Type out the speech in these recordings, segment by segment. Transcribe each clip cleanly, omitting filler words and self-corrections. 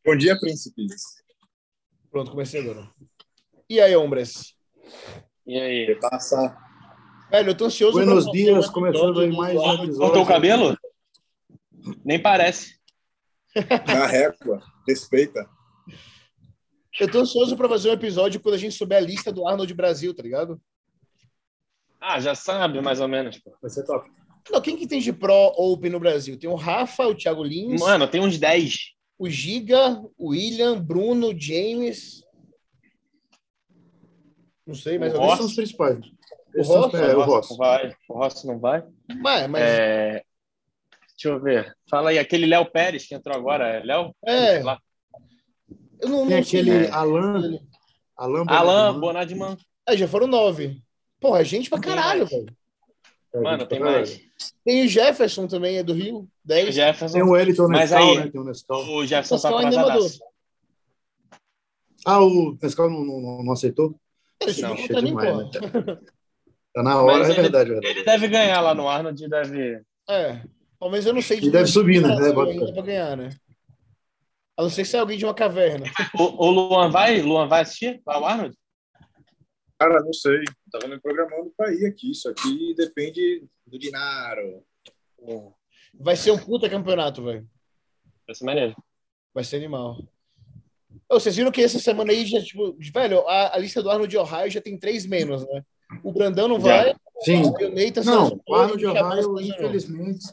Bom dia, príncipes. Pronto, comecei agora. E aí, hombres? E aí? Passa. Velho, eu tô ansioso Buenos pra dias, começando aí mais um episódio. Cortou o cabelo? Nem parece. Na régua. Respeita. Eu tô ansioso pra fazer um episódio quando a gente souber a lista do Arnold Brasil, tá ligado? Ah, já sabe, mais ou menos. Pô. Vai ser top. Não, quem que tem de Pro Open no Brasil? Tem o Rafa, o Thiago Lins, Mano, tem uns 10. o Giga, o William, Bruno, James. Não sei, mas O alguém Esses são os principais. O Esses são os- Rossi? é, o Rossi não Rossi. vai. O Rossi não vai. Mas Deixa eu ver. Fala aí, aquele Léo Pérez que entrou agora. É Léo? É. Sei lá. eu não Tem sei. aquele É. Alan Alan Bonadman. Já foram 9. Porra, gente pra caralho, velho. Mano, tem mais. Tem o Jefferson também, é do Rio, O 10. Jefferson. Tem o Wellington Mas Nescau, aí, né? Tem o Nescau. o Jefferson tá Nescau é animador. atrasadaço. Ah, o Nescau não aceitou? Ele Não, subiu contra mim, demais, porra. né? Tá na hora, Mas é verdade. ele deve ganhar lá no Arnold e deve... Pelo menos eu não sei E deve subir, né? Brasil Bota ainda fé. pra ganhar, né? A não ser que seja alguém de uma caverna. O Luan vai? Luan vai assistir lá o Arnold? Cara, não sei. Tava me programando pra ir aqui. Isso aqui depende do Dinaro. Vai ser um puta campeonato, velho. Vai ser maneiro. Vai ser animal. Vocês viram que essa semana aí já, tipo, velho, a lista do Arnold de Ohio já tem 3 menos, né? O Brandão não Já. vai. Sim. O Nathan Não, o Arnold e o Chabas Ohio, também não. infelizmente,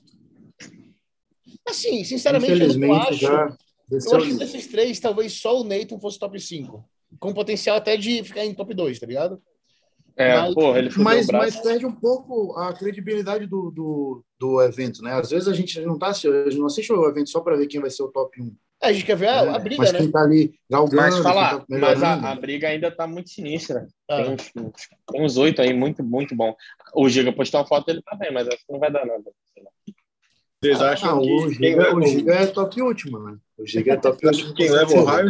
Assim, sinceramente, eu já acho desceu que desses 3, talvez só o Nathan fosse top 5. Com potencial até de ficar em top 2, tá ligado? Mas- Porra, ele fudeu o Mas braço. perde um pouco a credibilidade do evento, né? Às vezes a gente não assiste o evento só para ver quem vai ser o top 1. A gente quer ver a né? briga, Mas né? quem tá ali galgando, Mas quem falar, tá mas melhorando. a briga ainda tá muito sinistra. Ah. Tem uns 8 aí, muito, muito bom. O Giga postou uma foto, ele tá bem, mas acho que não vai dar nada. Sei lá. Vocês acham que o Giga é top último, né? O Giga é top último. Quem leva o Ohio?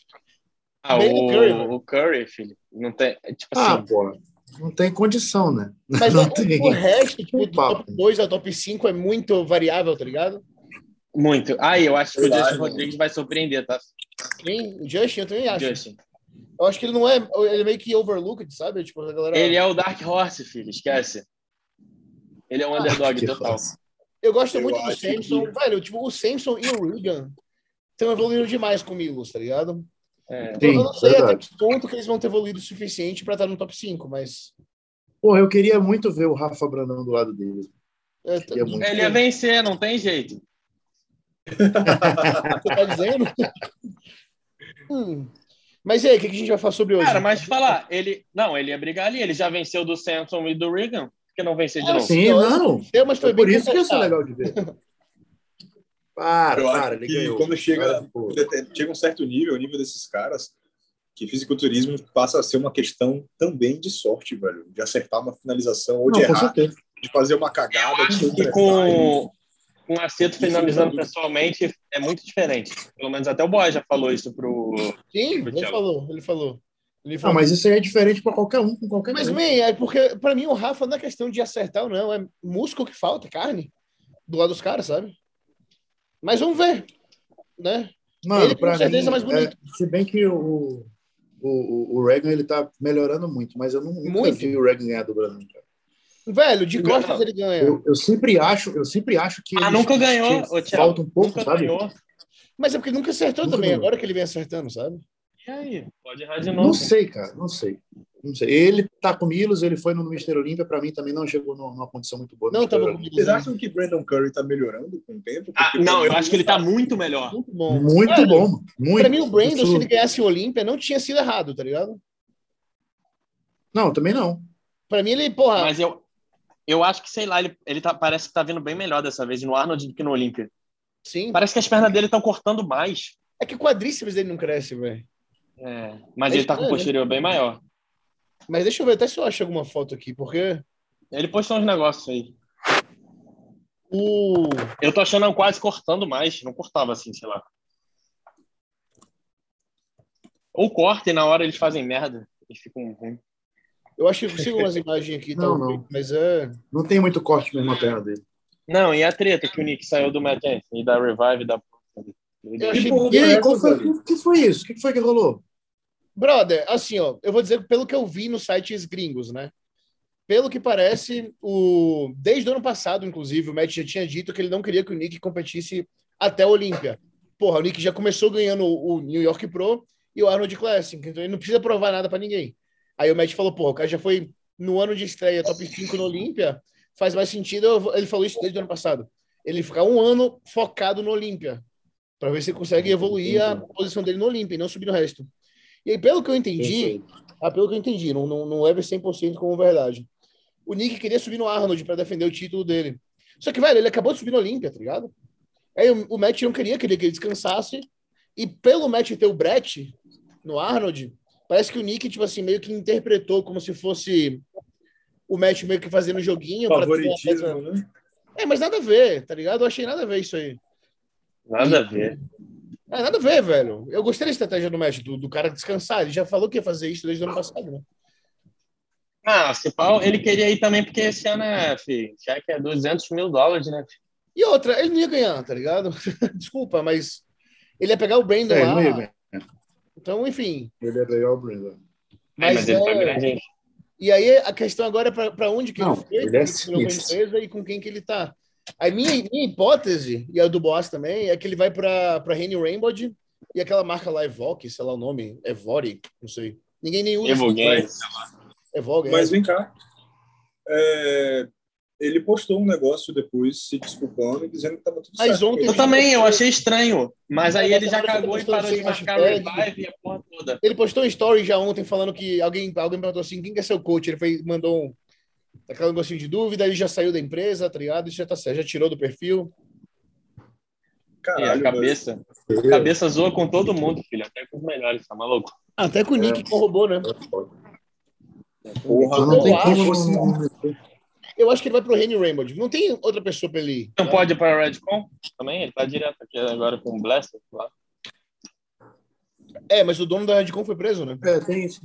Bem o Curry, O Curry, filho, não tem... Tipo Ah, assim, pô, não tem condição, né? Mas não tem. o resto, tipo, do papo. top 2 ao top 5 é muito variável, tá ligado? muito. Aí, eu acho que o Verdade, Justin mano. Rodrigues vai surpreender, tá? Quem? O Justin, eu também acho. Justin. Eu acho que ele não é. Ele é meio que overlooked, sabe? Tipo, a galera. Ele é o Dark Horse, filho, esquece. Ele é um underdog que total. fácil. Eu gosto Eu muito do acho Samson. que- Velho, tipo, o Samson e o Regan estão evoluindo demais com o Milos, tá ligado? É. Eu não sei até verdade. que ponto que eles vão ter evoluído o suficiente pra estar no top 5, mas. Porra, eu queria muito ver o Rafa Brandão do lado dele. Queria muito. Ele ia vencer, não tem jeito. Você tá dizendo? Mas e aí, o que a gente vai falar sobre hoje? Cara, mas falar, ele ia brigar ali, ele já venceu do Samson e do Regan, por que não vencer de novo? Sim, não. Mas foi É por bem isso que ia ser contestado. legal de ver. Para, Eu acho ele que ganhou. quando chega Pô. um certo nível, o nível desses caras, que fisiculturismo passa a ser uma questão também de sorte, velho. De acertar uma finalização ou de Não, com errar, certeza. de fazer uma cagada. De E com o Aceto finalizando pessoalmente é muito diferente. Pelo menos até o Boy já falou isso pro Sim, pro ele Thiago. falou. Não, mas isso aí é diferente para qualquer um, com qualquer Mas, um. man, é porque, pra mim, o Rafa não é questão de acertar ou não, é músculo que falta, carne, do lado dos caras, sabe? Mas vamos ver, né? Mano, Ele, com pra certeza, mim, é mais bonito. se bem que o Reagan, ele tá melhorando muito, mas eu nunca Muito. vi o Reagan ganhar do Brasil, cara. Velho, de costas Não. ele ganha. Eu sempre acho que ele Nunca ganhou, ô, Thiago. falta um pouco, Nunca sabe? ganhou. Mas é porque nunca acertou Nunca também, ganhou. agora que ele vem acertando, sabe? E aí? Pode errar de novo. Não sei, cara, não sei. Ele tá com o Milos, ele foi no Mister Olímpia, pra mim também não chegou numa condição muito boa. no Não Mister tava Olímpia. comigo. Vocês acham que Brandon Curry tá melhorando com o tempo? Porque Não, eu acho que ele tá muito melhor. Muito bom. Muito Velho, bom, mano. Muito. Pra mim, o Brandon, se Isso- ele ganhasse o Olímpia, não tinha sido errado, tá ligado? Não, também não. Pra mim, ele, porra, Mas eu acho que, sei lá, ele parece que tá vindo bem melhor dessa vez no Arnold do que no Olímpia. sim. Parece que as pernas dele estão cortando mais. É que o quadríceps dele não cresce, velho. Mas ele tá com o posterior bem maior. Mas deixa eu ver até se eu acho alguma foto aqui, porque Ele postou uns negócios aí. o... Eu tô achando quase cortando mais. Não cortava assim, sei lá. Ou corta e na hora eles fazem merda. Eles ficam ruins. Eu acho que eu consigo umas imagens aqui, Não, talvez, não. mas é... Não tem muito corte mesmo na perna dele. Não, e a treta que o Nick saiu do Matt Anthony e da Revive da... Eu achei... E aí, o que foi isso? O que foi que rolou? Brother, assim, ó, eu vou dizer pelo que eu vi nos sites gringos, né? Pelo que parece, desde o ano passado, inclusive, o Matt já tinha dito que ele não queria que o Nick competisse até a Olímpia. Porra, o Nick já começou ganhando o New York Pro e o Arnold Classic, então ele não precisa provar nada para ninguém. Aí o Matt falou, porra, o cara já foi no ano de estreia top 5 no Olímpia, faz mais sentido, ele falou isso desde o ano passado, ele ficar um ano focado no Olímpia, para ver se ele consegue evoluir a posição dele no Olímpia e não subir no resto. E aí, pelo que eu entendi, não leve 100% como verdade. O Nick queria subir no Arnold para defender o título dele. Só que, velho, ele acabou de subir no Olímpia, tá ligado? Aí o Matt não queria que ele descansasse. E pelo Matt ter o Brett no Arnold, parece que o Nick, tipo assim, meio que interpretou como se fosse o Matt meio que fazendo joguinho. Favoritismo, né? Mas nada a ver, tá ligado? Eu achei nada a ver isso aí. Nada a ver. Nada a ver, velho. Eu gostei da estratégia do Matt, do cara descansar. Ele já falou que ia fazer isso desde o ano passado, né? Se pau, ele queria ir também porque esse ano filho, já que é $200 mil, né? E outra, ele não ia ganhar, tá ligado? Desculpa, mas ele ia pegar o Brandon Ele lá. não ia ganhar. Então, enfim. Ele ia pegar o Brandon. Mas ele tá grande. E aí a questão agora é para onde que ele foi, ele é com a empresa e com quem que ele tá. A minha hipótese, e a do Boss também, é que ele vai para Rene Rainbow e aquela marca lá, Evoque, sei lá o nome, Evori, não sei. Ninguém nem usa. Evo Games. Evoque, Mas vem cá. Ele postou um negócio depois se desculpando e dizendo que estava tudo Mas certo. ontem Eu também, eu achei estranho. Mas aí ele já cagou e parou de sem marcar hashtag. Revive e a porra toda. Ele postou um story já ontem falando que alguém perguntou assim, quem que é seu coach? Ele mandou aquele negocinho de dúvida, ele já saiu da empresa, tá ligado? Isso já tá certo, já tirou do perfil. Caralho, a cabeça zoa com todo mundo, filho. Até com os melhores, tá maluco? Até com o Nick corroborou, né? Porra, não tem como. Eu acho que ele vai pro Rene Rainbow. Não tem outra pessoa pra ele ir. Não pode ir para a Redcon também? Ele tá direto aqui agora com o Blaster lá. Mas o dono da Redcon foi preso, né? Tem isso.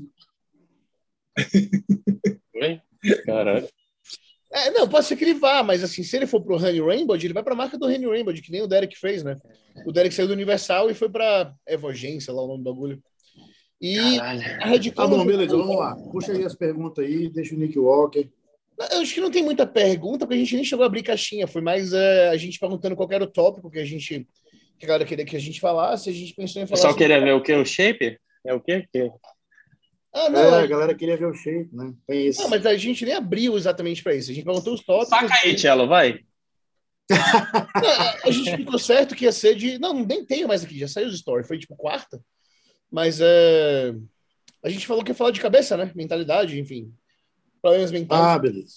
Oi? Caralho. Não, pode ser que ele vá, mas assim, se ele for pro Rene Rainbow, ele vai pra marca do Rene Rainbow, que nem o Derek fez, né? O Derek saiu do Universal e foi pra Evogen, sei lá o nome do bagulho. E Caralho. a Redcon... Tá bom, beleza, vamos lá. Puxa aí as perguntas aí, deixa o Nick Walker. Eu acho que não tem muita pergunta, porque a gente nem chegou a abrir caixinha. Foi mais a gente perguntando qual era o tópico que a galera queria que a gente falasse. A gente pensou em falar. O pessoal queria ver o que? O shape? É o quê? Não. A galera queria ver o shape, né? Tem isso. Não, mas a gente nem abriu exatamente para isso. A gente perguntou os tópicos. Saca aí, Tchelo, vai. A gente ficou certo que ia ser de. Não, nem tenho mais aqui, já saiu os stories. Foi tipo quarta. Mas a gente falou que ia falar de cabeça, né? Mentalidade, enfim. Problemas mentais. Beleza.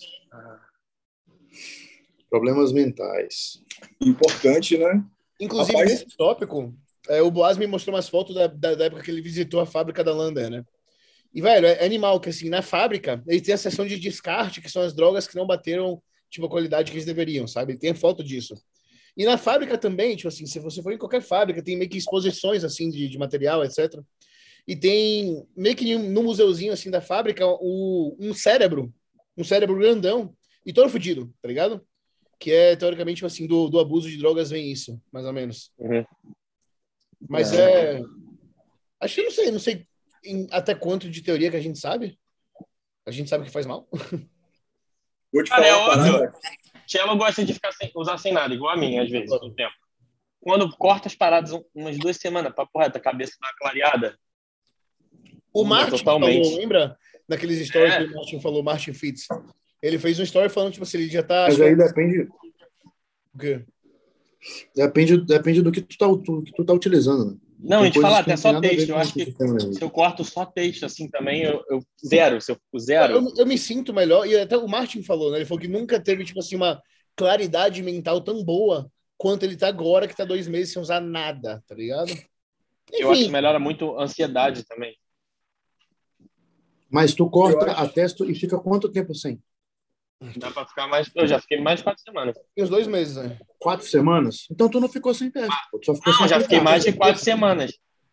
Problemas mentais. Importante, né? Inclusive, Rapaz, nesse tópico, o Boas me mostrou umas fotos da época que ele visitou a fábrica da Lander, né? E, velho, é animal que, assim, na fábrica, ele tem a seção de descarte, que são as drogas que não bateram, tipo, a qualidade que eles deveriam, sabe? Ele tem foto disso. E na fábrica também, tipo assim, se você for em qualquer fábrica, tem meio que exposições, assim, de material, etc. E tem, meio que no museuzinho, assim, da fábrica, um cérebro grandão e todo fodido, tá ligado? Que é, teoricamente, tipo assim, do abuso de drogas vem isso, mais ou menos. Uhum. Mas acho que eu não sei até quanto de teoria que a gente sabe. A gente sabe que faz mal. vou te falar uma parada. Tchelo gosta de usar sem nada, igual a mim, às vezes, no tempo. Quando corta as paradas umas 2 semanas, papo reto, a cabeça dá uma clareada. O Martin totalmente. falou, lembra? Naqueles stories que o Martin falou, Martin Fitz. Ele fez um story falando, tipo assim, ele já tá... Mas aí depende... O quê? Depende do que tu tá utilizando, né? Não, a gente fala até só texto. Eu acho que sistema. se eu corto só texto assim também, eu zero. Se eu zero. Eu me sinto melhor. E até o Martin falou, né? Ele falou que nunca teve, tipo assim, uma claridade mental tão boa quanto ele tá agora, que tá 2 meses sem usar nada, tá ligado? Enfim. Eu acho que melhora muito a ansiedade também. Mas tu corta a testa e fica quanto tempo sem? Dá pra ficar mais... Eu já fiquei mais de 4 semanas. Tem uns 2 meses, né? 4 semanas? Então tu não ficou sem teste. Tu só ficou sem já fiquei teste. mais de 4 semanas.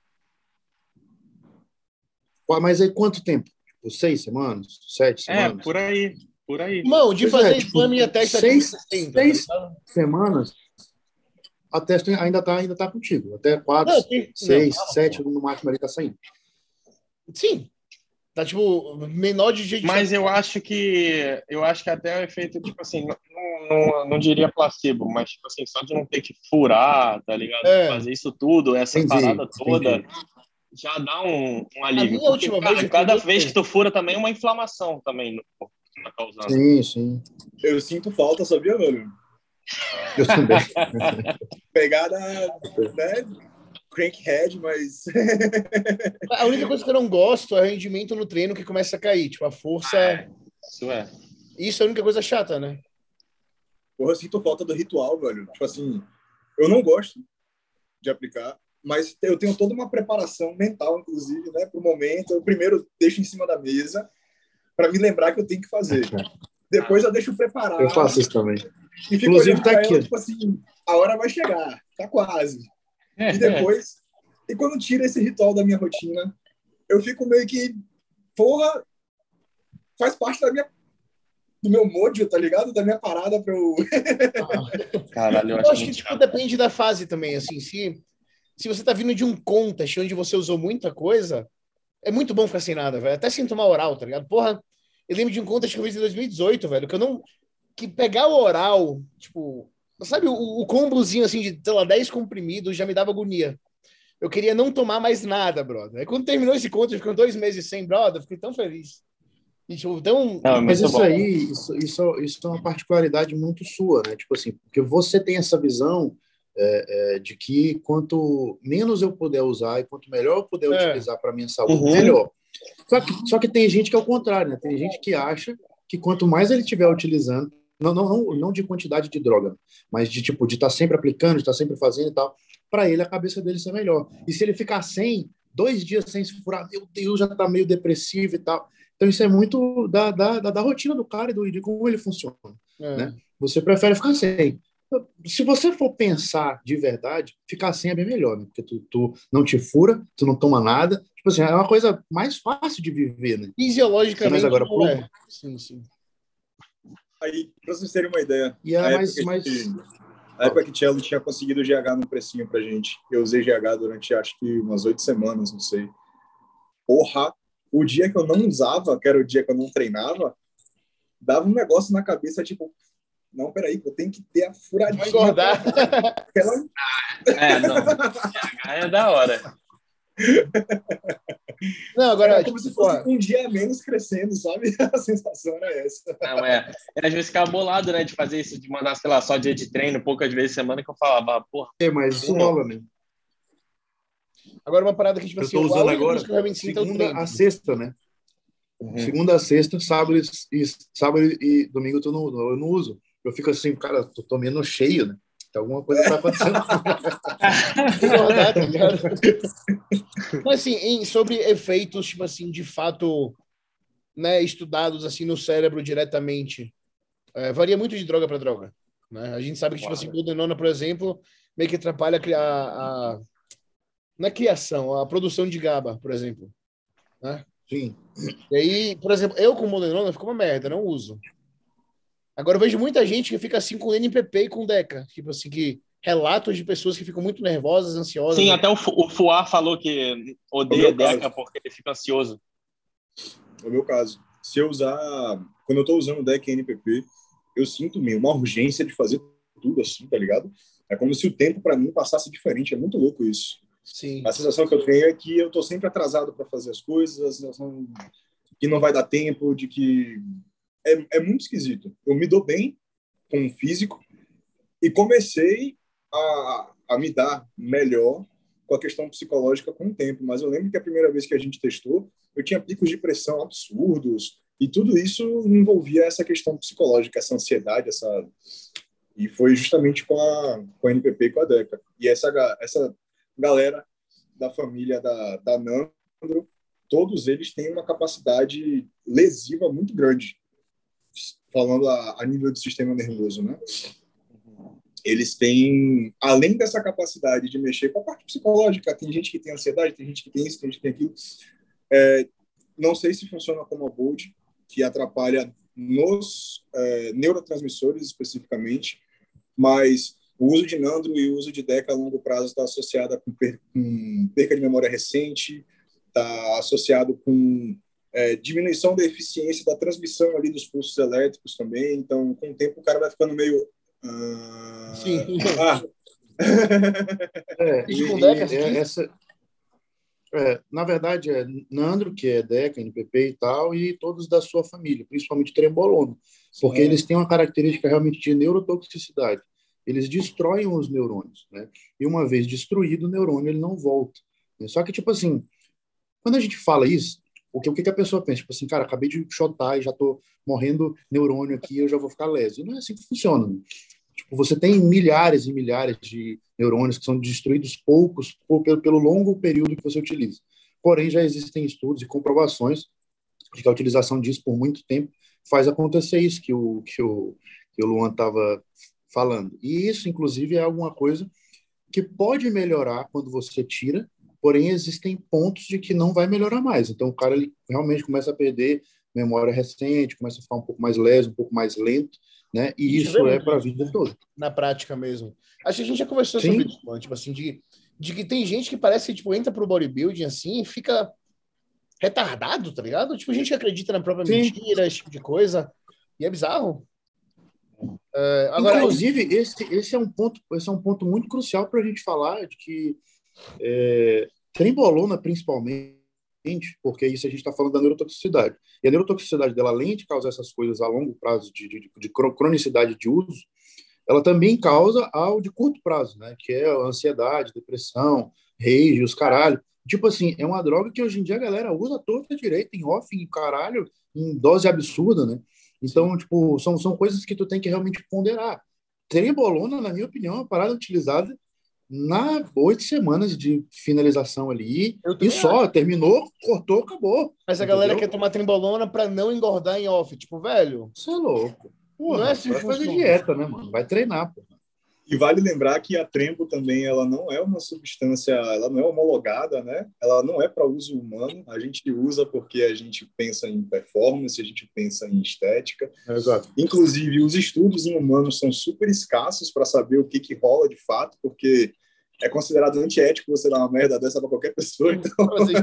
Mas aí quanto tempo? Tipo, 6 semanas? 7 semanas? Por aí. Irmão, de fazer exame e a testa 6 semanas? a testa ainda tá contigo. Até 4, Não, 6, calma, 7 no máximo ali tá saindo. sim, tá tipo menor de jeito. Mas eu acho que até o efeito, tipo assim, não diria placebo, mas tipo assim, só de não ter que furar, tá ligado? É, Fazer isso tudo, essa Entendi, parada toda, entendi. já dá um a alívio. minha Porque, última vez cara, eu fiquei cada 2 vez que meses. tu fura também é uma inflamação também no corpo que tu tá causando. Sim, sim. Eu sinto falta, sabia, mano? Eu também. Pegada, né? Crankhead, mas A única coisa que eu não gosto é o rendimento no treino que começa a cair, tipo a força. Isso é. Isso é a única coisa chata, né? porra, eu sinto falta do ritual, velho. Tipo assim, eu não gosto de aplicar, mas eu tenho toda uma preparação mental, inclusive, né, para o momento. Eu primeiro deixo em cima da mesa para me lembrar que eu tenho que fazer. Depois eu deixo Eu preparado faço isso também. e fico Inclusive, olhando tá para aqui. ela, tipo assim, a hora vai chegar, tá quase. E depois, e quando tira esse ritual da minha rotina, eu fico meio que, porra, faz parte do meu mojo, tá ligado? Da minha parada para eu... Caralho, eu Eu acho acho que muito tipo, chato. depende da fase também, assim, se você tá vindo de um contest onde você usou muita coisa, é muito bom ficar sem nada, velho. Até sem tomar oral, tá ligado? Porra, eu lembro de um contest que eu fiz em 2018, velho, que eu não. Que pegar o oral, tipo. Sabe, o combozinho assim de, sei lá, 10 comprimidos já me dava agonia. Eu queria não tomar mais nada, brother. Aí quando terminou esse contest, ficou 2 meses sem, brother, eu fiquei tão feliz. E, tipo, tão. Não, é Mas muito isso bom. aí, isso é uma particularidade muito sua, né? Tipo assim, porque você tem essa visão de que quanto menos eu puder usar e quanto melhor eu puder É, utilizar para minha saúde, Uhum. melhor. Só que tem gente que é o contrário, né? Tem gente que acha que quanto mais ele estiver utilizando, não de quantidade de droga, mas de tipo de estar sempre aplicando, de estar sempre fazendo e tal, para ele a cabeça dele ser melhor. E se ele ficar sem 2 dias sem se furar, meu Deus, já tá meio depressivo e tal. Então isso é muito da rotina do cara e de como ele funciona, né? é. Você prefere ficar sem. Se você for pensar de verdade, ficar sem é bem melhor, né? Porque tu não te fura, tu não toma nada. Tipo assim, é uma coisa mais fácil de viver, né? Mas Fisiologicamente agora, não é. Sim, sim. Aí, para vocês terem uma ideia, e é mais. a época que Cello tinha conseguido o GH no precinho pra gente, eu usei GH durante acho que umas 8 semanas, não sei. Porra, o dia que eu não usava, que era o dia que eu não treinava, dava um negócio na cabeça, tipo, não, peraí, eu tenho que ter a Vou furadinha pra engordar. dar aquela... Não. PH é da hora. Não, Era agora, como tipo, se fosse porra, um dia a menos crescendo, sabe? A sensação era essa. Não, às vezes ficava bolado, né, de fazer isso, de mandar, sei lá, só dia de treino, poucas vezes semana, que eu falava, porra, Mas isso não. rola, né? agora uma parada que, tipo Eu assim, tô a usando única coisa agora que eu realmente sinto é o segunda a tempo. sexta, né? Uhum. Segunda a sexta, sábado e domingo eu não uso. Eu fico assim, cara, tô menos cheio, né? Então, alguma coisa tá acontecendo. Engordar, tá ligado? Mas assim, sobre efeitos, tipo assim, de fato, né, estudados assim no cérebro diretamente, varia muito de droga para droga. Né? A gente sabe que, tipo assim, Claro. budenona, por exemplo, meio que atrapalha na criação, a produção de GABA, por exemplo. Né? Sim. E aí, por exemplo, eu com budenona fico uma merda, não uso. Agora eu vejo muita gente que fica assim com NPP e com DECA, tipo assim, que relatos de pessoas que ficam muito nervosas, ansiosas. Sim, até o Fuá falou que No odeia meu caso, Deca porque ele fica ansioso. no meu caso, se eu usar, quando eu tô usando o deck NPP, eu sinto meio uma urgência de fazer tudo assim, tá ligado? É como se o tempo para mim passasse diferente, é muito louco isso. A Sim. sensação que eu tenho é que eu tô sempre atrasado para fazer as coisas, a sensação que não vai dar tempo, de que é muito esquisito. Eu me dou bem com o físico e comecei a me dar melhor com a questão psicológica com o tempo. Mas eu lembro que a primeira vez que a gente testou, eu tinha picos de pressão absurdos e tudo isso envolvia essa questão psicológica, essa ansiedade, essa... E foi justamente com a NPP e com a DECA. E essa galera da família da Nandro, todos eles têm uma capacidade lesiva muito grande, falando a nível do sistema nervoso, né? Eles têm, além dessa capacidade de mexer com a parte psicológica, tem gente que tem ansiedade, tem gente que tem isso, tem gente que tem aquilo. Não sei se funciona como a Bold, que atrapalha nos neurotransmissores especificamente, mas O uso de Nandro e o uso de Deca a longo prazo está associado com perca de memória recente, está associado com diminuição da eficiência da transmissão ali dos pulsos elétricos também. Então, com o tempo, o cara vai ficando meio... Sim. E, com e Deca, essa, na verdade, Nandro, que é Deca, NPP e tal, e todos da sua família, principalmente trembolona, porque eles têm uma característica realmente de neurotoxicidade. Eles destroem os neurônios, né? E uma vez destruído o neurônio, ele não volta. Só que, tipo assim, quando a gente fala isso, o que a pessoa pensa? Tipo assim, cara, acabei de shotar e já tô morrendo neurônio aqui, eu já vou ficar leso. E não é assim que funciona. Né? Tipo, você tem milhares e milhares de neurônios que são destruídos poucos pelo longo período que você utiliza. Porém, já existem estudos e comprovações de que a utilização disso por muito tempo faz acontecer isso que o Luan estava falando. E isso, inclusive, é alguma coisa que pode melhorar quando você tira, porém existem pontos de que não vai melhorar mais. Então, o cara ele realmente começa a perder memória recente, começa a ficar um pouco mais leso, um pouco mais lento, né? E isso é para a vida toda. Na prática mesmo. Acho que a gente já conversou Sim. sobre isso, mano. Tipo assim, de que tem gente que parece que tipo, entra pro bodybuilding assim e fica retardado, tá ligado? Tipo, gente que acredita na própria Sim. mentira, esse tipo de coisa. E é bizarro. Agora, inclusive, esse é um ponto muito crucial para a gente falar de que trembolona, principalmente, porque isso a gente está falando da neurotoxicidade. E a neurotoxicidade dela, além de causar essas coisas a longo prazo de cronicidade de uso, ela também causa algo de curto prazo, né? Que é a ansiedade, depressão, rage, os caralho. Tipo assim, é uma droga que hoje em dia a galera usa torta direita, em off, em caralho, em dose absurda, né? Então, tipo, são coisas que tu tem que realmente ponderar. Trembolona, na minha opinião, é uma parada utilizada na 8 semanas de finalização ali. E só, terminou, cortou, acabou. Mas a galera quer tomar trembolona para não engordar em off. Tipo, velho... Isso é louco. Porra, não é assim vai fazer dieta, né, mano? Vai treinar, porra. E vale lembrar que a trembo também ela não é uma substância, ela não é homologada, né? Ela não é para uso humano. A gente usa porque a gente pensa em performance, a gente pensa em estética. Exato. Inclusive, os estudos em humanos são super escassos para saber o que rola de fato, porque é considerado antiético você dar uma merda dessa para qualquer pessoa. Então,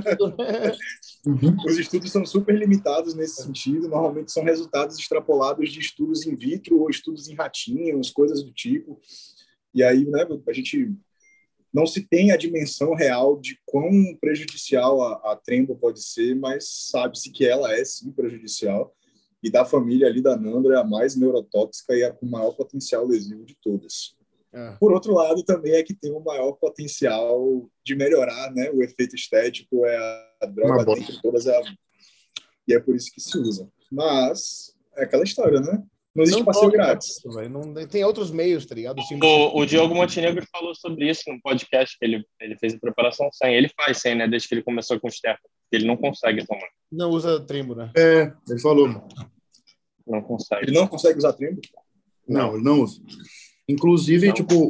os estudos são super limitados nesse sentido. Normalmente são resultados extrapolados de estudos in vitro ou estudos em ratinhos, coisas do tipo. E aí, né, a gente não se tem a dimensão real de quão prejudicial a trembo pode ser, mas sabe-se que ela é sim prejudicial. E da família ali da Nandro é a mais neurotóxica e a com maior potencial lesivo de todas. Por outro lado, também é que tem o maior potencial de melhorar, né? O efeito estético é a droga dentre todas, e é por isso que se usa. Mas é aquela história, né? Não existe passeio grátis. Não, tem outros meios, tá ligado? O Diogo Montenegro falou sobre isso no podcast que ele fez a preparação sem. Ele faz sem, né? Desde que ele começou com o Stefan. Ele não consegue tomar. Não usa trembo, né? Ele falou. Não consegue. Ele não consegue usar trembo? Não, ele não usa. Inclusive, não. Tipo,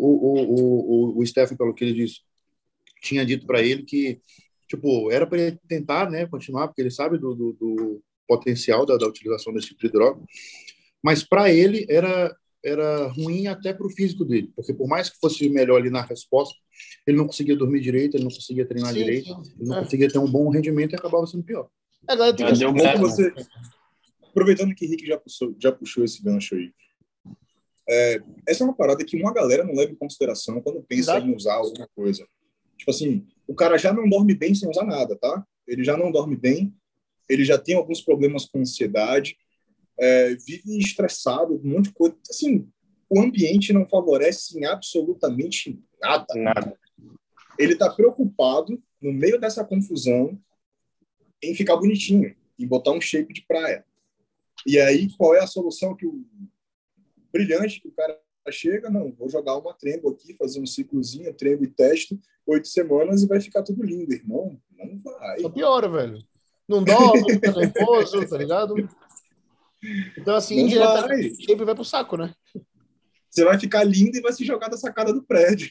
o Stefan, pelo que ele disse, tinha dito para ele que, tipo, era para ele tentar, né, continuar, porque ele sabe do potencial da utilização desse tipo de droga, mas para ele era ruim até para o físico dele, porque por mais que fosse melhor ali na resposta, ele não conseguia dormir direito, ele não conseguia treinar direito, ele não conseguia ter um bom rendimento e acabava sendo pior. Agora tem que... Aproveitando que o Rick já puxou esse gancho aí, essa é uma parada que uma galera não leva em consideração quando pensa em usar alguma coisa. Tipo assim, o cara já não dorme bem sem usar nada, tá? Ele já não dorme bem, ele já tem alguns problemas com ansiedade, vive estressado, um monte de coisa. Assim, o ambiente não favorece em absolutamente nada. Ele tá preocupado, no meio dessa confusão, em ficar bonitinho, em botar um shape de praia. E aí, qual é a solução que o brilhante que o cara chega? Não, vou jogar uma trembo aqui, fazer um ciclozinho, trembo e testo, 8 semanas e vai ficar tudo lindo, irmão. Não vai. Só piora, velho. Não dorme, fica nervoso, tá ligado? Então, assim, indiretamente, sempre vai pro saco, né? Você vai ficar lindo e vai se jogar da sacada do prédio.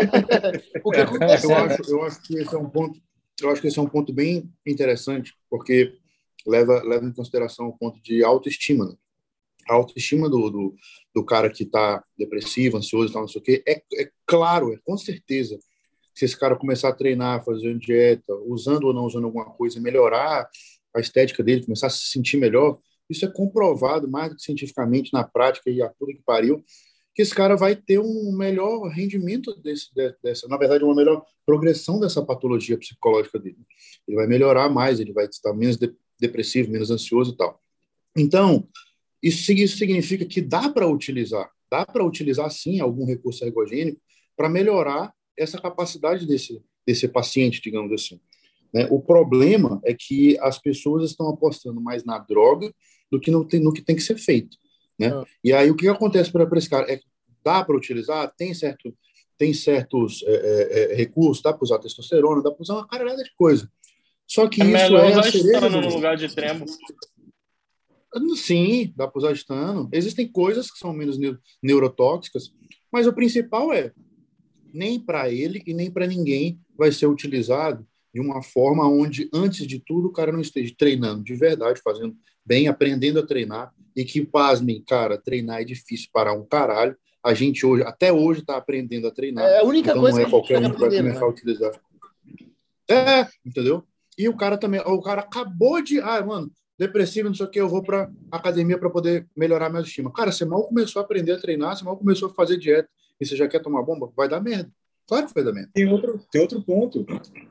O que acontece? Eu acho que esse é um ponto. Eu acho que esse é um ponto bem interessante, porque leva em consideração o ponto de autoestima, né? a autoestima do cara que está depressivo, ansioso e tal, não sei o quê, é claro, com certeza, se esse cara começar a treinar, fazendo dieta, usando ou não usando alguma coisa, melhorar a estética dele, começar a se sentir melhor, isso é comprovado mais do que cientificamente na prática e a tudo que pariu, que esse cara vai ter um melhor rendimento dessa, na verdade, uma melhor progressão dessa patologia psicológica dele. Ele vai melhorar mais, ele vai estar menos depressivo, menos ansioso e tal. Então, isso significa que dá para utilizar sim algum recurso ergogênico para melhorar essa capacidade desse paciente, digamos assim. Né? O problema é que as pessoas estão apostando mais na droga do que no que tem que ser feito. Né? E aí o que acontece para esse cara? Dá para utilizar? Tem certos recursos, dá para usar testosterona, dá para usar uma caralhada de coisa. Só que É isso melhor é a usar cereja estano do no lugar de trembo. Sim, dá para usar estano. Existem coisas que são menos neurotóxicas, mas o principal nem para ele e nem para ninguém vai ser utilizado de uma forma onde, antes de tudo, o cara não esteja treinando de verdade, fazendo bem, aprendendo a treinar. E que, pasmem, cara, treinar é difícil para um caralho. A gente hoje, até hoje, está aprendendo a treinar. É a única então coisa não é que a gente qualquer pega um que vai primeiro, começar né? a utilizar. Entendeu? E o cara também, o cara acabou de, mano, depressivo, não sei o que, eu vou para academia para poder melhorar minha autoestima. Cara, você mal começou a aprender a treinar, você mal começou a fazer dieta e você já quer tomar bomba? Vai dar merda. Claro que vai dar merda. Tem outro ponto.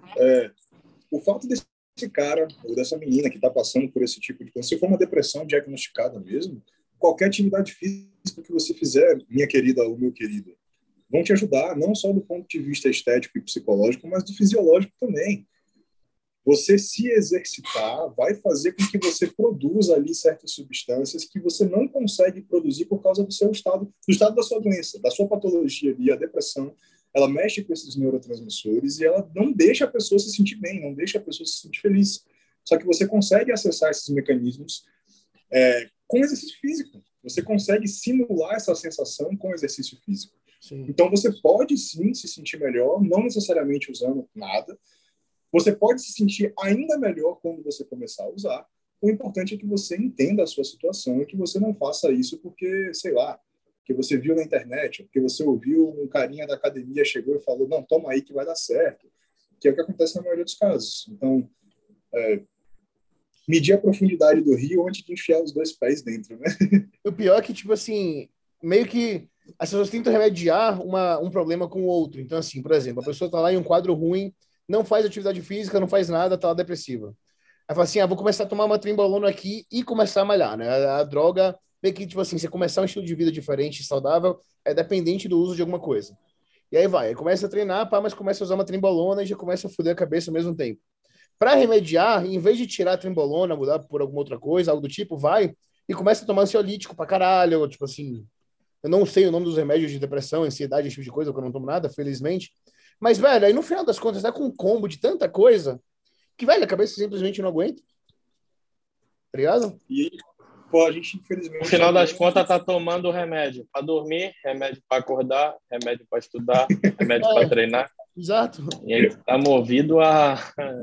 O fato desse cara ou dessa menina que está passando por esse tipo de coisa, se for uma depressão diagnosticada mesmo, qualquer atividade física que você fizer, minha querida ou meu querido, vão te ajudar, não só do ponto de vista estético e psicológico, mas do fisiológico também. Você se exercitar vai fazer com que você produza ali certas substâncias que você não consegue produzir por causa do seu estado, do estado da sua doença, da sua patologia ali, a depressão. Ela mexe com esses neurotransmissores e ela não deixa a pessoa se sentir bem, não deixa a pessoa se sentir feliz. Só que você consegue acessar esses mecanismos com exercício físico. Você consegue simular essa sensação com exercício físico. Sim. Então você pode sim se sentir melhor, não necessariamente usando nada. Você pode se sentir ainda melhor quando você começar a usar. O importante é que você entenda a sua situação e que você não faça isso porque, sei lá, que você viu na internet, porque você ouviu um carinha da academia chegou e falou, não, toma aí que vai dar certo. Que é o que acontece na maioria dos casos. Então, medir a profundidade do rio antes de enfiar os dois pés dentro, né? O pior é que, tipo assim, meio que as pessoas tentam remediar um problema com o outro. Então, assim, por exemplo, a pessoa tá lá em um quadro ruim, não faz atividade física, não faz nada, tá lá depressiva. Aí fala assim, vou começar a tomar uma trembolona aqui e começar a malhar, né? A droga, meio que, tipo assim, você começar um estilo de vida diferente, saudável, é dependente do uso de alguma coisa. E aí começa a treinar, mas começa a usar uma trembolona e já começa a foder a cabeça ao mesmo tempo. Para remediar, em vez de tirar a trembolona, mudar por alguma outra coisa, algo do tipo, vai e começa a tomar ansiolítico pra caralho, tipo assim, eu não sei o nome dos remédios de depressão, ansiedade, esse tipo de coisa, porque eu não tomo nada, felizmente. Mas, velho, aí no final das contas, dá com um combo de tanta coisa que, velho, a cabeça simplesmente não aguenta. Tá ligado? E, pô, a gente, infelizmente... No final das contas, tá tomando remédio para dormir, remédio para acordar, remédio para estudar, remédio para treinar. Exato. E aí tá movido a...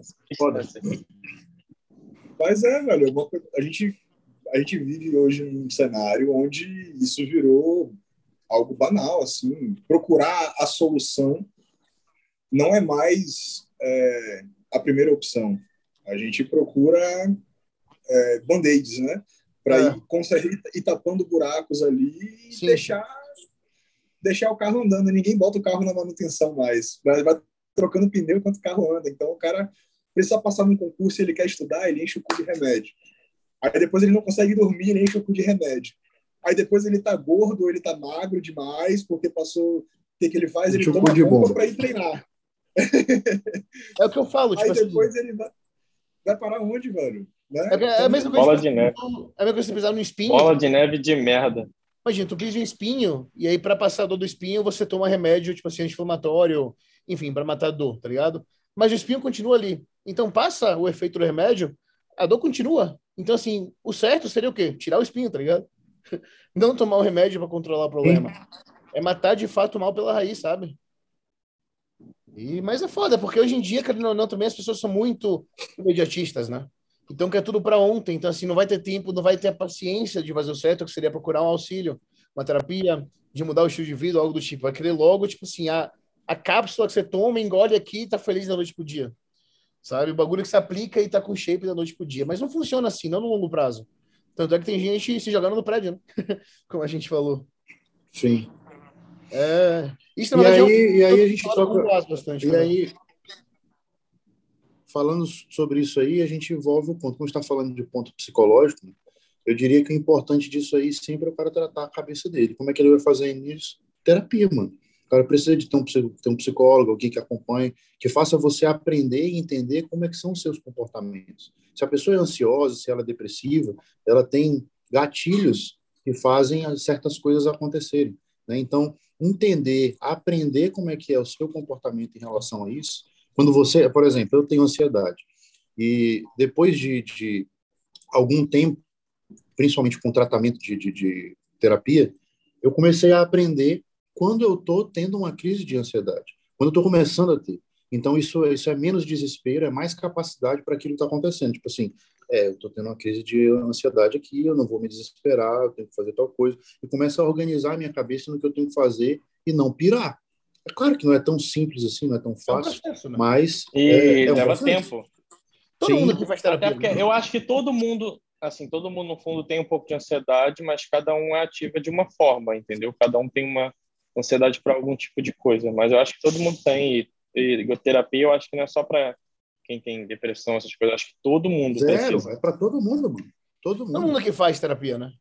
Mas velho, a gente vive hoje num cenário onde isso virou algo banal, assim. Procurar a solução não é mais a primeira opção. A gente procura band-aids, né? Para ir conseguir ir tapando buracos ali e Sim. deixar o carro andando. Ninguém bota o carro na manutenção mais. Vai trocando pneu enquanto o carro anda. Então, o cara precisa passar num concurso, ele quer estudar, ele enche o cu de remédio. Aí depois ele não consegue dormir, ele enche o cu de remédio. Aí depois ele tá gordo, ele tá magro demais, porque passou... O que ele faz? Ele toma bomba para ir treinar. É o que eu falo, tipo aí depois assim... ele vai parar onde, velho? Né? É a mesma coisa. Bola de neve. É a mesma coisa que você pisar no espinho. Bola de neve de merda. Imagina, tu pisa um espinho, e aí para passar a dor do espinho, você toma remédio, tipo assim, anti-inflamatório, enfim, para matar a dor, tá ligado? Mas o espinho continua ali. Então passa o efeito do remédio, a dor continua. Então, assim, o certo seria o quê? Tirar o espinho, tá ligado? Não tomar o remédio para controlar o problema. É matar de fato o mal pela raiz, sabe? Mas é foda, porque hoje em dia, querendo ou não, também as pessoas são muito imediatistas, né? Então, quer tudo para ontem. Então, assim, não vai ter tempo, não vai ter a paciência de fazer o certo, que seria procurar um auxílio, uma terapia, de mudar o estilo de vida, algo do tipo. Vai querer logo, tipo assim, a cápsula que você toma, engole aqui e tá feliz da noite pro dia. Sabe? O bagulho que você aplica e tá com shape da noite pro dia. Mas não funciona assim, não no longo prazo. Tanto é que tem gente se jogando no prédio, né? Como a gente falou. Sim. Isso, na verdade, E aí a eu gente falo com toca. o Boas bastante E também. aí, falando sobre isso aí, a gente envolve o ponto. Como está falando de ponto psicológico, né? Eu diria que o importante disso aí sempre é o cara tratar a cabeça dele. Como é que ele vai fazer isso? Terapia, mano. O cara precisa de ter um psicólogo, alguém que acompanhe, que faça você aprender e entender como é que são os seus comportamentos. Se a pessoa é ansiosa, se ela é depressiva, ela tem gatilhos que fazem certas coisas acontecerem, né? Então, entender, aprender como é que é o seu comportamento em relação a isso. Quando você, por exemplo, eu tenho ansiedade e depois de algum tempo, principalmente com tratamento de terapia, eu comecei a aprender quando eu estou tendo uma crise de ansiedade, quando eu estou começando a ter. Então, isso é menos desespero, é mais capacidade para aquilo que está acontecendo. Tipo assim, eu estou tendo uma crise de ansiedade aqui, eu não vou me desesperar, eu tenho que fazer tal coisa. E começo a organizar a minha cabeça no que eu tenho que fazer e não pirar. É claro que não é tão simples assim, não é tão É um fácil, processo, né? mas E é um leva processo. tempo. Todo mundo Sim, aqui faz Até terapia, porque né? eu acho que todo mundo, assim, todo mundo no fundo tem um pouco de ansiedade, mas cada um é ativa de uma forma, entendeu? Cada um tem uma ansiedade para algum tipo de coisa, mas eu acho que todo mundo tem. E terapia eu acho que não é só para quem tem depressão, essas coisas. Eu acho que todo mundo zero, precisa. é para todo mundo, mano. Todo Todo mundo mundo. aqui faz terapia, né?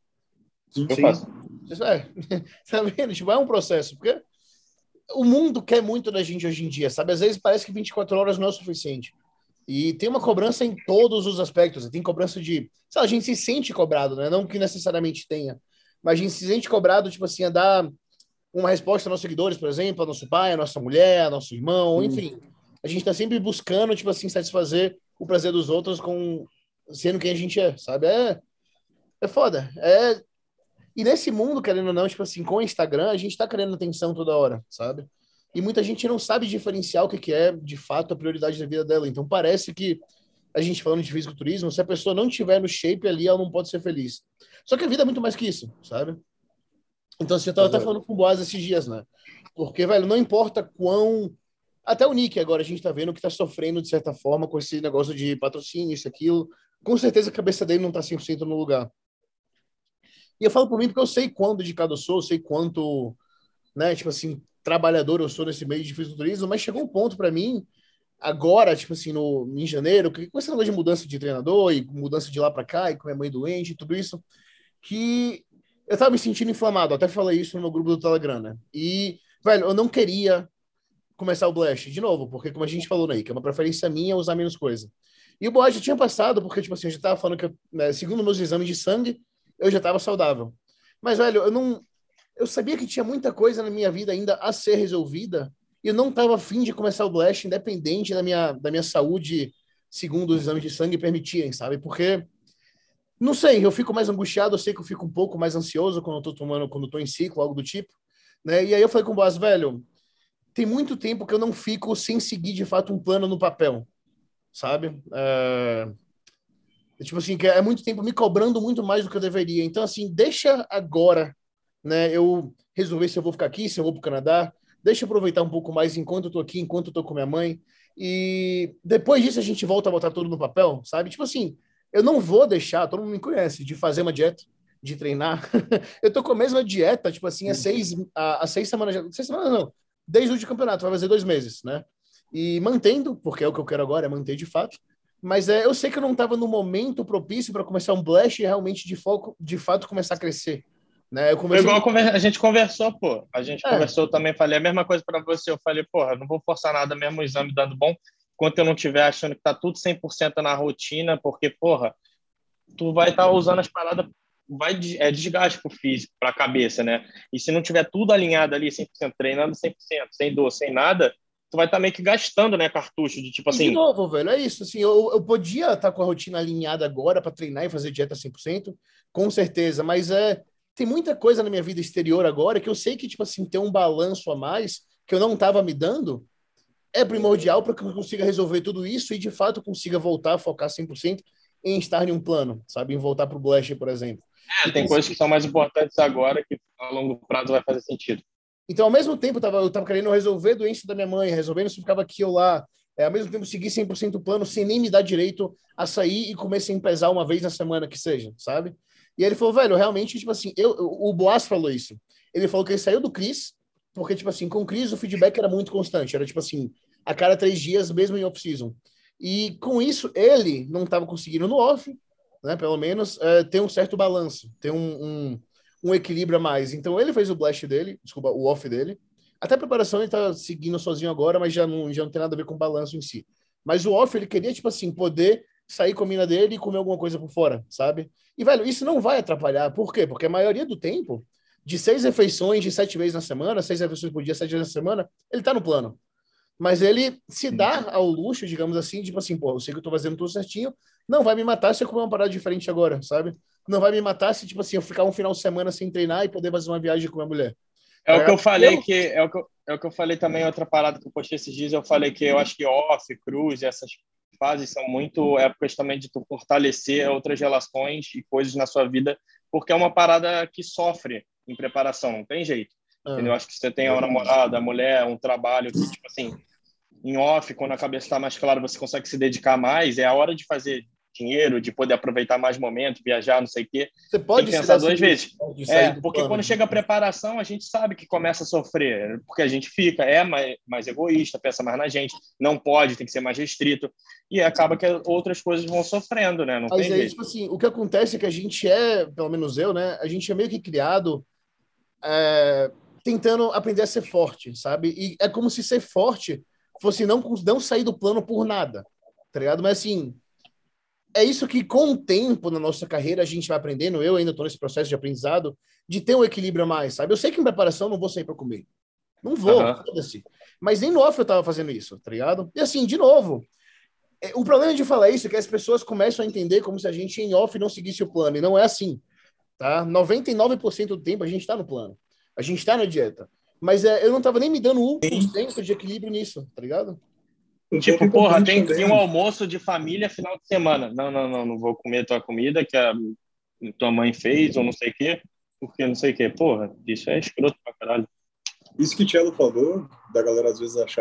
Eu Sim. faço. Isso tá vendo? Tipo, é um processo, porque o mundo quer muito da gente hoje em dia, sabe? Às vezes parece que 24 horas não é o suficiente. E tem uma cobrança em todos os aspectos. Tem cobrança de. Sabe, a gente se sente cobrado, né? Não que necessariamente tenha. Mas a gente se sente cobrado, tipo assim, a dar uma resposta aos nossos seguidores, por exemplo, ao nosso pai, à nossa mulher, ao nosso irmão, Sim. enfim. A gente tá sempre buscando, tipo assim, satisfazer o prazer dos outros com sendo quem a gente é, sabe? É foda. E nesse mundo, querendo ou não, tipo assim, com o Instagram, a gente tá querendo atenção toda hora, sabe? E muita gente não sabe diferenciar o que que é, de fato, a prioridade da vida dela. Então parece que a gente falando de fisiculturismo, se a pessoa não tiver no shape ali, ela não pode ser feliz. Só que a vida é muito mais que isso, sabe? Então, assim, eu tava até Exato. falando com o Boaz esses dias, né? Porque, velho, não importa quão. Até o Nick agora a gente tá vendo que tá sofrendo, de certa forma, com esse negócio de patrocínio, isso, aquilo. Com certeza a cabeça dele não tá 100% no lugar. E eu falo por mim porque eu sei quão dedicado eu sou, eu sei quanto, né, tipo assim, trabalhador eu sou nesse meio de fisiculturismo, mas chegou um ponto para mim, agora, tipo assim, em janeiro, com esse negócio de mudança de treinador e mudança de lá para cá, e com minha mãe doente e tudo isso, que eu tava me sentindo inflamado. Até falei isso no meu grupo do Telegram, né? E, velho, eu não queria começar o Blast de novo, porque, como a gente falou, né, que é uma preferência minha usar menos coisa. E o Boaz já tinha passado, porque, tipo assim, eu já tava falando que, né, segundo meus exames de sangue, eu já tava saudável. Mas, velho, eu não. Eu sabia que tinha muita coisa na minha vida ainda a ser resolvida, e eu não tava afim de começar o Blast, independente da minha saúde, segundo os exames de sangue permitirem, sabe? Porque não sei, eu fico mais angustiado, eu sei que eu fico um pouco mais ansioso quando eu tô tomando, quando eu tô em ciclo, algo do tipo, né? E aí eu falei com o Boaz, velho, tem muito tempo que eu não fico sem seguir de fato um plano no papel, sabe? Tipo assim, que é muito tempo me cobrando muito mais do que eu deveria. Então, assim, deixa agora, né? Eu resolver se eu vou ficar aqui, se eu vou pro Canadá. Deixa eu aproveitar um pouco mais enquanto eu tô aqui, enquanto eu tô com minha mãe. E depois disso a gente volta a botar tudo no papel, sabe? Tipo assim, eu não vou deixar, todo mundo me conhece, de fazer uma dieta, de treinar. Eu tô com a mesma dieta, tipo assim, há 6 semanas, 6 semanas não, desde o último campeonato, vai fazer 2 meses, né? E mantendo, porque é o que eu quero agora, é manter de fato. Mas eu sei que eu não estava no momento propício para começar um blast e realmente de foco, de fato começar a crescer, né? Eu Foi conversei igual com. a gente conversou, pô. A gente É, conversou também, falei a mesma coisa para você. Eu falei, porra, não vou forçar nada mesmo, o exame dando bom, enquanto eu não estiver achando que tá tudo 100% na rotina, porque, porra, tu vai estar usando as paradas, desgaste pro físico, pra cabeça, né? E se não tiver tudo alinhado ali, 100%, treinando 100%, sem dor, sem nada, tu vai estar meio que gastando, né, cartucho, de tipo e de assim, novo, velho, é isso. Assim, eu podia estar com a rotina alinhada agora para treinar e fazer dieta 100%, com certeza, mas tem muita coisa na minha vida exterior agora que eu sei que, tipo assim, ter um balanço a mais que eu não estava me dando é primordial para que eu consiga resolver tudo isso e, de fato, consiga voltar a focar 100% em estar em um plano, sabe? Em voltar pro Blast, por exemplo. Tem coisas que são mais importantes agora que a longo prazo vai fazer sentido. Então, ao mesmo tempo, eu tava querendo resolver a doença da minha mãe, resolvendo se ficava aqui ou lá. Ao mesmo tempo, seguir 100% o plano, sem nem me dar direito a sair e comer sem pesar uma vez na semana, que seja, sabe? E aí ele falou, velho, realmente, tipo assim, o Boas falou isso. Ele falou que ele saiu do Chris, porque, tipo assim, com o Chris o feedback era muito constante. Era, tipo assim, a cada 3 dias, mesmo em off-season. E com isso, ele não estava conseguindo no off, né? Pelo menos, ter um certo balanço, ter um equilíbrio a mais. Então ele fez o blast dele, desculpa, o off dele. Até a preparação ele tá seguindo sozinho agora, mas já não tem nada a ver com o balanço em si. Mas o off ele queria, tipo assim, poder sair com a mina dele e comer alguma coisa por fora, sabe? E, velho, isso não vai atrapalhar. Por quê? Porque a maioria do tempo, de 6 refeições de 7 vezes na semana, 6 refeições por dia, 7 vezes na semana, ele tá no plano. Mas ele se dá ao luxo, digamos assim, tipo assim, pô, eu sei que eu tô fazendo tudo certinho, não vai me matar se eu comer uma parada diferente agora, sabe? Não vai me matar se, tipo assim, eu ficar um final de semana sem treinar e poder fazer uma viagem com a minha mulher. É o que eu falei é o que eu falei também, outra parada que eu postei esses dias, eu falei que eu acho que off, cruz, essas fases são muito épocas também de tu fortalecer outras relações e coisas na sua vida, porque é uma parada que sofre em preparação, não tem jeito. Entendeu? Acho que você tem a namorada, a mulher, um trabalho que, tipo assim, em off, quando a cabeça está mais clara, você consegue se dedicar mais, é a hora de fazer dinheiro, de poder aproveitar mais momentos, viajar, não sei o quê. Você pode tem que pensar 2 vezes. Porque plano, quando chega a preparação, a gente sabe que começa a sofrer, porque a gente fica, mais egoísta, pensa mais na gente, não pode, tem que ser mais restrito, e acaba que outras coisas vão sofrendo, né? Não Mas tem aí, jeito. tipo assim, o que acontece é que a gente pelo menos eu, né? A gente é meio que criado tentando aprender a ser forte, sabe? E é como se ser forte fosse não sair do plano por nada, tá ligado? Mas assim, é isso que com o tempo na nossa carreira a gente vai aprendendo. Eu ainda estou nesse processo de aprendizado de ter um equilíbrio a mais, sabe? Eu sei que em preparação eu não vou sair para comer. Não vou, foda-se. Mas nem no off eu tava fazendo isso, tá ligado? E assim, de novo, o problema de falar isso é que as pessoas começam a entender como se a gente em off não seguisse o plano. E não é assim, tá? 99% do tempo a gente tá no plano. A gente tá na dieta. Mas eu não tava nem me dando 1% de equilíbrio nisso, tá ligado? Tipo, porra, tem um almoço de família final de semana. Não vou comer tua comida que a tua mãe fez ou não sei o quê, porque não sei o quê. Porra, isso é escroto pra caralho. Isso que o Tchelo falou, da galera às vezes achar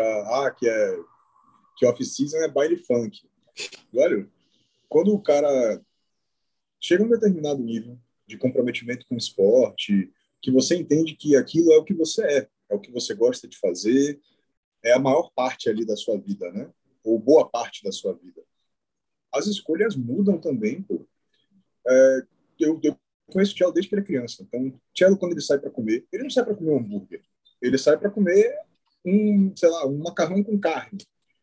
que off-season é baile funk. Velho, quando o cara chega a um determinado nível de comprometimento com o esporte, que você entende que aquilo é o que você é o que você gosta de fazer, é a maior parte ali da sua vida, né? Ou boa parte da sua vida. As escolhas mudam também, pô. Eu conheço o Tchelo desde que ele é criança. Então, o Tchelo, quando ele sai para comer, ele não sai para comer um hambúrguer. Ele sai para comer sei lá, um macarrão com carne.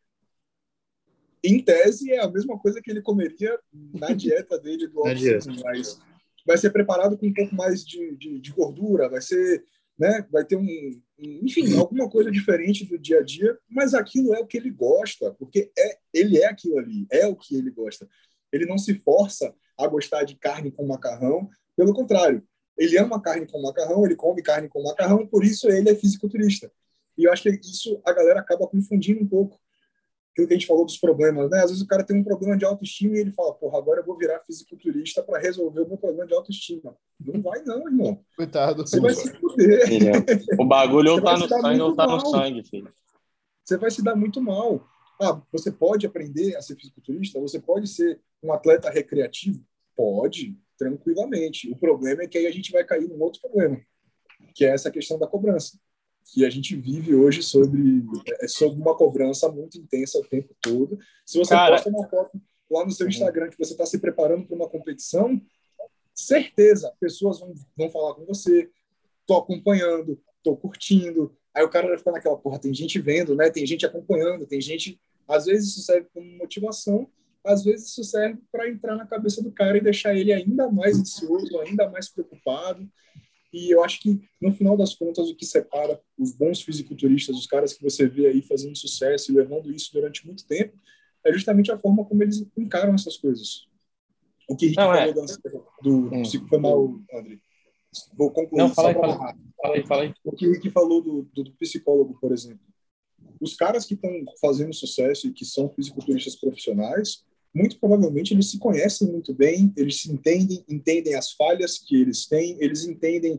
Em tese, é a mesma coisa que ele comeria na dieta dele do off-season, mas vai ser preparado com um pouco mais de gordura, vai ser, né, vai ter enfim, alguma coisa diferente do dia a dia, mas aquilo é o que ele gosta, porque ele é aquilo ali, é o que ele gosta. Ele não se força a gostar de carne com macarrão, pelo contrário, ele ama carne com macarrão, ele come carne com macarrão, por isso ele é fisiculturista. E eu acho que isso a galera acaba confundindo um pouco. Aquilo que a gente falou dos problemas, né? Às vezes o cara tem um problema de autoestima e ele fala, porra, agora eu vou virar fisiculturista para resolver o meu problema de autoestima. Não vai não, irmão. Coitado. Você vai se fuder. O bagulho ou tá no sangue ou tá no sangue, filho. Você vai se dar muito mal. Você pode aprender a ser fisiculturista? Você pode ser um atleta recreativo? Pode, tranquilamente. O problema é que aí a gente vai cair num outro problema, que é essa questão da cobrança, que a gente vive hoje sobre uma cobrança muito intensa o tempo todo. Se você posta uma foto lá no seu Instagram que você está se preparando para uma competição, certeza, pessoas vão falar com você, tô acompanhando, tô curtindo, aí o cara vai ficar naquela, porra, tem gente vendo, né? Tem gente acompanhando, tem gente... Às vezes isso serve como motivação, às vezes isso serve para entrar na cabeça do cara e deixar ele ainda mais ansioso, ainda mais preocupado. E eu acho que, no final das contas, o que separa os bons fisiculturistas, os caras que você vê aí fazendo sucesso e levando isso durante muito tempo, é justamente a forma como eles encaram essas coisas. O que Rick falou do foi mal, André. Vou concluir. Não, fala aí. O que Rick falou do psicólogo, por exemplo. Os caras que estão fazendo sucesso e que são fisiculturistas profissionais, muito provavelmente eles se conhecem muito bem, eles se entendem as falhas que eles têm, eles entendem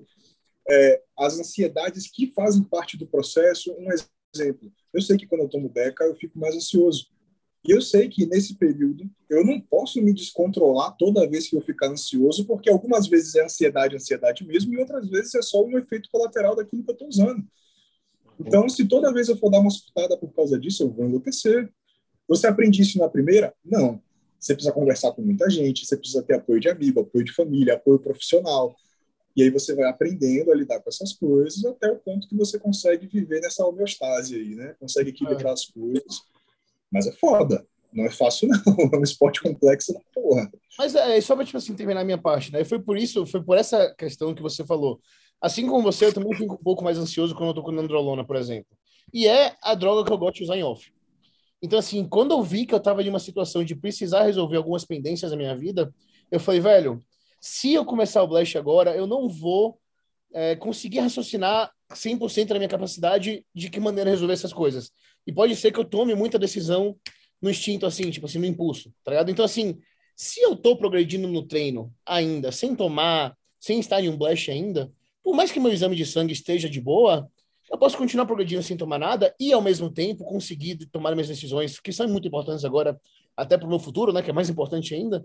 as ansiedades que fazem parte do processo. Um exemplo, eu sei que quando eu tomo Deca, eu fico mais ansioso. E eu sei que nesse período eu não posso me descontrolar toda vez que eu ficar ansioso, porque algumas vezes é ansiedade mesmo, e outras vezes é só um efeito colateral daquilo que eu estou usando. Então, se toda vez eu for dar uma surtada por causa disso, eu vou enlouquecer. Você aprende isso na primeira? Não. Você precisa conversar com muita gente, você precisa ter apoio de amigo, apoio de família, apoio profissional. E aí você vai aprendendo a lidar com essas coisas até o ponto que você consegue viver nessa homeostase aí, né? Consegue equilibrar as coisas. Mas é foda. Não é fácil, não. É um esporte complexo da porra. Mas só para, tipo assim, terminar a minha parte, né? Foi por essa questão que você falou. Assim como você, eu também fico um pouco mais ansioso quando eu tô com nandrolona, por exemplo. E é a droga que eu gosto de usar em off. Então, assim, quando eu vi que eu tava em uma situação de precisar resolver algumas pendências da minha vida, eu falei, velho, se eu começar o Blast agora, eu não vou conseguir raciocinar 100% da minha capacidade de que maneira resolver essas coisas. E pode ser que eu tome muita decisão no instinto, assim, tipo assim, no impulso, tá ligado? Então, assim, se eu tô progredindo no treino ainda, sem estar em um Blast ainda, por mais que meu exame de sangue esteja de boa, eu posso continuar progredindo sem tomar nada e, ao mesmo tempo, conseguir tomar minhas decisões, que são muito importantes agora, até para o meu futuro, né, que é mais importante ainda,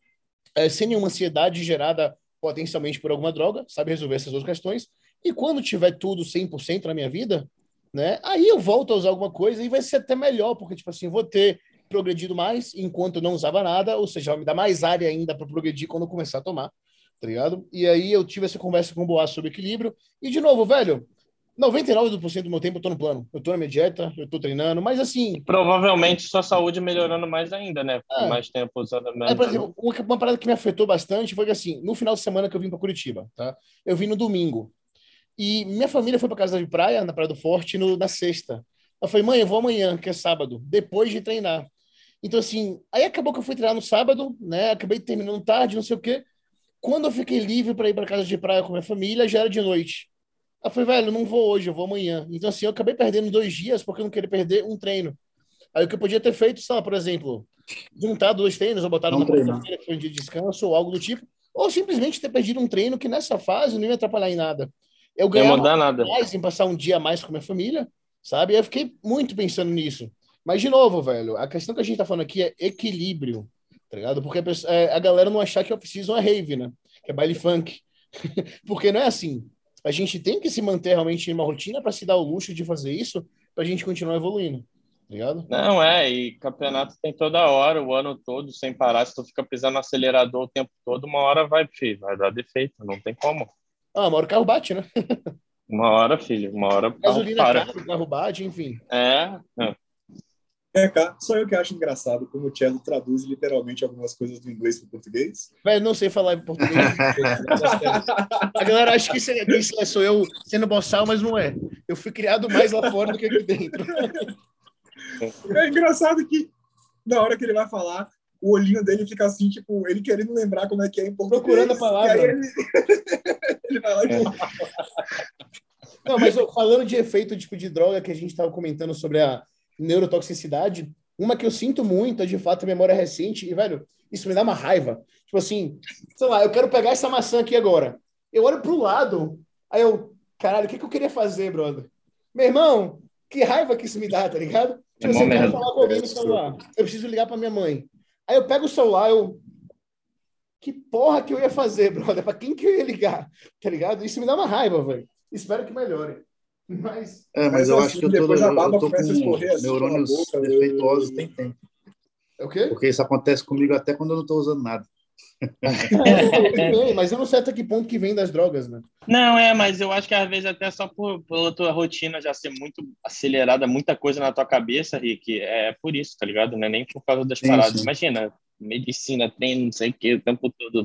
sem nenhuma ansiedade gerada potencialmente por alguma droga, sabe resolver essas duas questões. E quando tiver tudo 100% na minha vida, né, aí eu volto a usar alguma coisa e vai ser até melhor, porque, tipo assim, vou ter progredido mais enquanto eu não usava nada, ou seja, vai me dar mais área ainda para progredir quando eu começar a tomar, tá ligado? E aí eu tive essa conversa com o Boas sobre equilíbrio, e de novo, velho, 99% do meu tempo eu tô no plano. Eu tô na minha dieta, eu tô treinando, mas assim. Provavelmente sua saúde melhorando mais ainda, né? É, Mais tempo usando menos. por exemplo, uma parada que me afetou bastante foi que, assim, no final de semana que eu vim pra Curitiba, tá? Eu vim no domingo. E minha família foi pra casa de praia, na Praia do Forte, na sexta. Eu falei, mãe, eu vou amanhã, que é sábado, depois de treinar. Então, assim, aí acabou que eu fui treinar no sábado, né? Acabei terminando tarde, não sei o quê. Quando eu fiquei livre para ir para casa de praia com minha família, já era de noite. Eu falei, velho, não vou hoje, eu vou amanhã. Então, assim, eu acabei perdendo 2 dias porque eu não queria perder um treino. Aí o que eu podia ter feito, sei lá, por exemplo, juntar 2 treinos ou botar Não na treinar. quarta-feira, que foi um dia de descanso, ou algo do tipo, ou simplesmente ter perdido um treino que nessa fase não ia me atrapalhar em nada. Eu Não ia ganhava mudar nada. mais em passar um dia a mais com minha família, sabe? E eu fiquei muito pensando nisso. Mas, de novo, velho, a questão que a gente tá falando aqui é equilíbrio, tá ligado? Porque a galera não achar que off-season é rave, né? Que é baile funk. Porque não é assim. A gente tem que se manter realmente em uma rotina para se dar o luxo de fazer isso, para a gente continuar evoluindo, tá ligado? Não, e campeonato tem toda hora, o ano todo, sem parar. Se tu fica pisando no acelerador o tempo todo, uma hora vai dar defeito, não tem como. Ah, uma hora o carro bate, né? Uma hora, filho, uma hora o carro Gasolina para. cara, o carro bate, enfim. É. Cá, só eu que acho engraçado como o Cello traduz literalmente algumas coisas do inglês para o português. Velho, não sei falar em português. A galera acha que isso sou eu sendo boçal, mas não é. Eu fui criado mais lá fora do que aqui dentro. É engraçado que na hora que ele vai falar, o olhinho dele fica assim, tipo, ele querendo lembrar como é que é em português. Procurando a palavra. E aí ele vai lá e Não, mas falando de efeito tipo de droga que a gente estava comentando sobre a neurotoxicidade, uma que eu sinto muito é de fato a memória recente, e, velho, isso me dá uma raiva. Tipo assim, sei lá, eu quero pegar essa maçã aqui agora. Eu olho pro lado, aí eu, caralho, o que eu queria fazer, brother? Meu irmão, que raiva que isso me dá, tá ligado? Tipo assim, eu quero falar com alguém no celular. Eu preciso ligar pra minha mãe. Aí eu pego o celular, que porra que eu ia fazer, brother? Pra quem que eu ia ligar? Tá ligado? Isso me dá uma raiva, velho. Espero que melhore. Mas mas eu acho assim, que eu depois a baba tô começa a escorrer com assim neurônios pela boca. defeituosos tem tempo. é o quê? Porque isso acontece comigo até quando eu não tô usando nada. Mas eu não sei até que ponto que vem das drogas, né? Não, mas eu acho que às vezes até só pela tua rotina já ser muito acelerada, muita coisa na tua cabeça, Rick, é por isso, tá ligado? Não é nem por causa das paradas. Sim. Imagina, medicina, treino, não sei o que, o tempo todo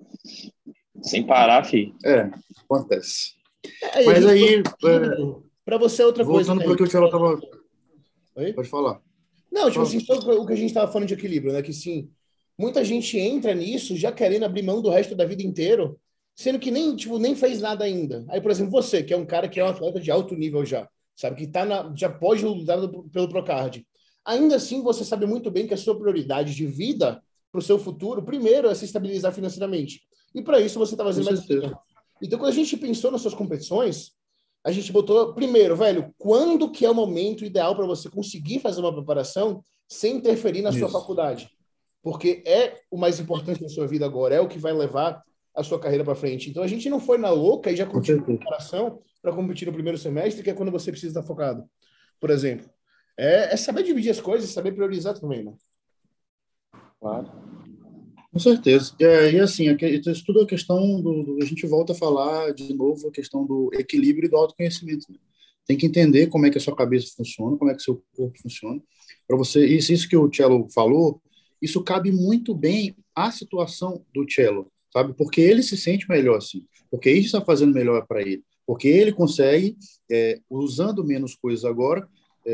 sem parar, filho. Acontece. Mas aí, para você é outra coisa. Voltando para o que o Thiago tava... Oi? Pode falar. Não, tipo assim, o que a gente estava falando de equilíbrio, né? Que sim, muita gente entra nisso já querendo abrir mão do resto da vida inteiro, sendo que nem fez nada ainda. Aí, por exemplo, você, que é um cara que é um atleta de alto nível já, sabe? Que já pode lutar pelo Procard. ainda assim você sabe muito bem que a sua prioridade de vida para o seu futuro, primeiro, é se estabilizar financeiramente. E para isso você está fazendo mais treino. Então, quando a gente pensou nas suas competições, a gente botou, primeiro, velho, quando que é o momento ideal para você conseguir fazer uma preparação sem interferir na sua faculdade? Porque é o mais importante na sua vida agora, é o que vai levar a sua carreira para frente. Então, a gente não foi na louca e já continuou a preparação para competir no primeiro semestre, que é quando você precisa estar focado, por exemplo. É saber dividir as coisas, saber priorizar também, né? Claro. Com certeza. E assim, isso tudo é questão a gente volta a falar de novo a questão do equilíbrio e do autoconhecimento. Né? Tem que entender como é que a sua cabeça funciona, como é que o seu corpo funciona. Para você, isso que o Cello falou, isso cabe muito bem à situação do Cello, sabe? Porque ele se sente melhor assim, porque isso está fazendo melhor para ele, porque ele consegue, usando menos coisas agora,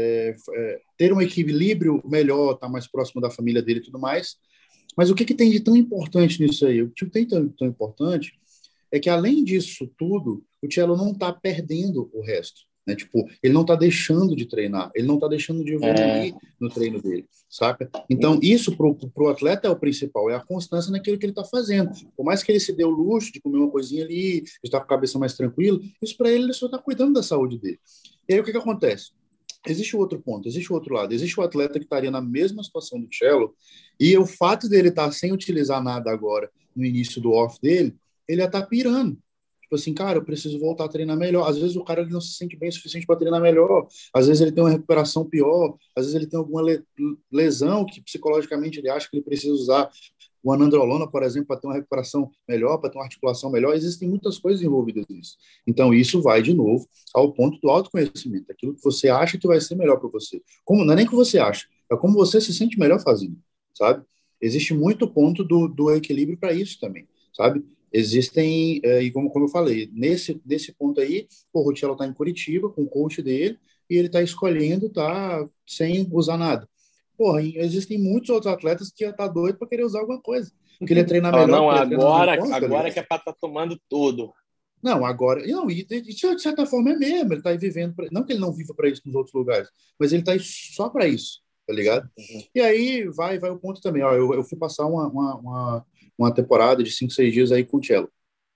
ter um equilíbrio melhor, estar mais próximo da família dele e tudo mais. Mas o que tem de tão importante nisso aí? O que tem tão importante é que, além disso tudo, o Cello não está perdendo o resto. Né? Tipo, ele não está deixando de treinar, ele não está deixando de evoluir no treino dele, saca? Então, isso pro atleta é o principal, é a constância naquilo que ele está fazendo. Por mais que ele se dê o luxo de comer uma coisinha ali, de estar com a cabeça mais tranquilo, isso para ele só está cuidando da saúde dele. E aí, o que acontece? Existe o outro ponto, existe o outro lado. Existe o atleta que estaria na mesma situação do Cello e o fato dele estar sem utilizar nada agora, no início do off dele, ele ia estar pirando. Tipo assim, cara, eu preciso voltar a treinar melhor. Às vezes o cara ele não se sente bem o suficiente para treinar melhor. Às vezes ele tem uma recuperação pior. Às vezes ele tem alguma lesão que psicologicamente ele acha que ele precisa usar o anandrolona, por exemplo, para ter uma recuperação melhor, para ter uma articulação melhor. Existem muitas coisas envolvidas nisso. Então, isso vai, de novo, ao ponto do autoconhecimento. Aquilo que você acha que vai ser melhor para você. Como, não é nem o que você acha, é como você se sente melhor fazendo, sabe? Existe muito ponto do equilíbrio para isso também, sabe? Existem, e como eu falei, nesse ponto aí, o Rochelo está em Curitiba, com o coach dele, e ele está escolhendo tá sem usar nada. Porra, existem muitos outros atletas que ia estar doido para querer usar alguma coisa. Que ele ia treinar melhor. Não, agora que é para estar tomando tudo. Não, agora. Não, e de certa forma é mesmo. Ele está aí vivendo. Não que ele não viva para isso nos outros lugares, mas ele está aí só para isso, tá ligado? Uhum. E aí vai o ponto também. Ó, eu fui passar uma temporada de 5, 6 dias aí com o Cello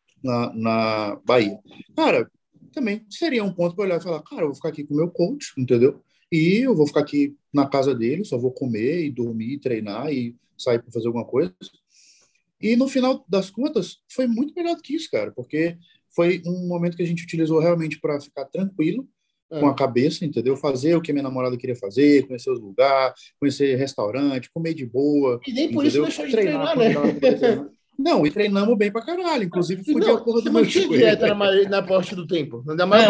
na Bahia. Cara, também seria um ponto para olhar e falar: cara, eu vou ficar aqui com o meu coach, entendeu? E eu vou ficar aqui na casa dele, só vou comer e dormir, treinar e sair para fazer alguma coisa. E no final das contas, foi muito melhor do que isso, cara, porque foi um momento que a gente utilizou realmente para ficar tranquilo com a cabeça, entendeu? Fazer o que minha namorada queria fazer, conhecer os lugares, conhecer restaurante, comer de boa. E nem por entendeu? isso deixou de treinar, né? Não, e treinamos bem pra caralho. Inclusive, fudi a porra do meu joelho. Dieta na parte do tempo.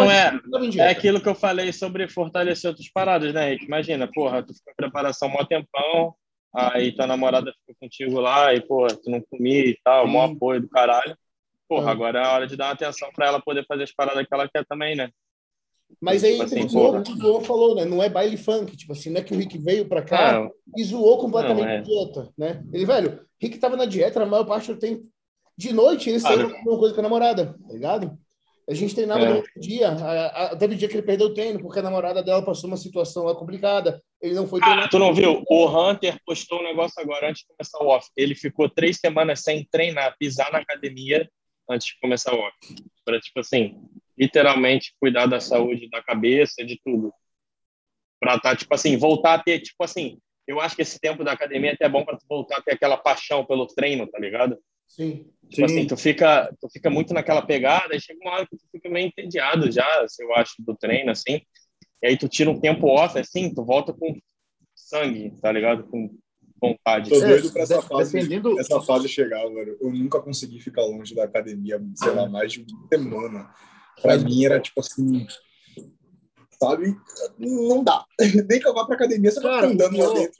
É aquilo que eu falei sobre fortalecer outras paradas, né, Rick? Imagina, porra, tu fica em preparação mó tempão, aí tua namorada fica contigo lá e, porra, tu não comia e tal, mó apoio do caralho. Porra, agora é a hora de dar uma atenção pra ela poder fazer as paradas que ela quer também, né? Mas aí, assim, o João falou, né? Não é baile funk, tipo assim, não é que o Rick veio pra cá e zoou completamente a dieta, né? Ele, velho, Rick tava na dieta na maior parte do tempo. De noite, ele saiu pra comer uma coisa com a namorada, tá ligado? A gente treinava durante o dia, até o dia que ele perdeu o treino, porque a namorada dela passou uma situação lá complicada. Ele não foi treinar. Tu não viu? O Hunter postou um negócio agora, antes de começar o off. Ele ficou 3 semanas sem treinar, pisar na academia antes de começar o off. Pra, tipo assim, literalmente cuidar da saúde da cabeça, de tudo. Pra tá, tipo assim, voltar a ter, tipo assim, eu acho que esse tempo da academia é até bom pra tu voltar a ter aquela paixão pelo treino, tá ligado? Sim. Tipo assim, tu fica muito naquela pegada e chega uma hora que tu fica meio entediado já, eu acho, do treino, assim. E aí tu tira um tempo off, assim, tu volta com sangue, tá ligado? Com vontade. Tô doido pra essa fase chegar, velho. Eu nunca consegui ficar longe da academia, sei lá, mais de uma semana. Pra mim era tipo assim, sabe? Não dá. Nem que eu vá pra academia, você vai andando lá dentro.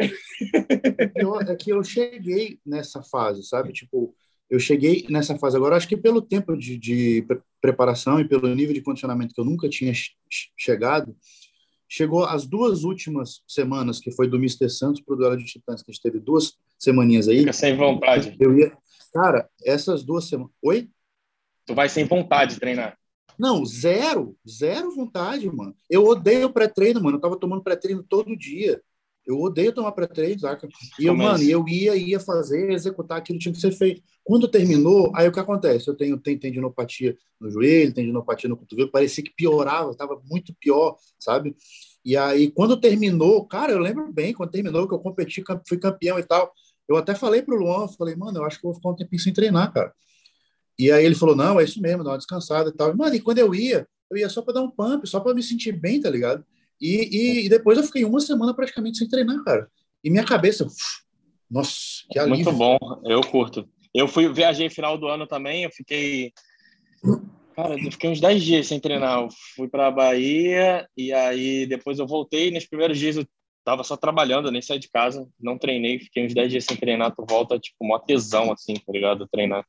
O pior é que eu cheguei nessa fase, sabe? Tipo, eu cheguei nessa fase agora, acho que pelo tempo de preparação e pelo nível de condicionamento que eu nunca tinha chegado, chegou as 2 últimas semanas, que foi do Mr. Santos pro Duelo de Titãs, que a gente teve 2 semaninhas aí. Fica sem vontade. Cara, essas 2 semanas... Oi? Tu vai sem vontade de treinar. Não, zero vontade, mano. Eu odeio pré-treino, mano. Eu tava tomando pré-treino todo dia. Eu odeio tomar pré-treino, saca? E eu, Também. mano, eu ia fazer, executar aquilo que tinha que ser feito. Quando terminou, aí o que acontece? Eu tenho tendinopatia no joelho, tendinopatia no cotovelo, parecia que piorava, estava muito pior, sabe? E aí, quando terminou, cara, eu lembro bem, quando terminou, que eu competi, fui campeão e tal, eu até falei pro Luan, falei, mano, eu acho que eu vou ficar um tempinho sem treinar, cara. E aí ele falou, não, é isso mesmo, dá uma descansada e tal. Mano, e quando eu ia só para dar um pump, só para me sentir bem, tá ligado? E depois eu fiquei uma semana praticamente sem treinar, cara. E minha cabeça, nossa, que Muito alívio. bom, eu curto. Eu viajei final do ano também, eu fiquei uns 10 dias sem treinar. Eu fui para a Bahia e aí depois eu voltei. Nos primeiros dias eu tava só trabalhando, eu nem saí de casa, não treinei, fiquei uns 10 dias sem treinar. Tu volta, tipo, mó tesão, assim, tá ligado? Treinar.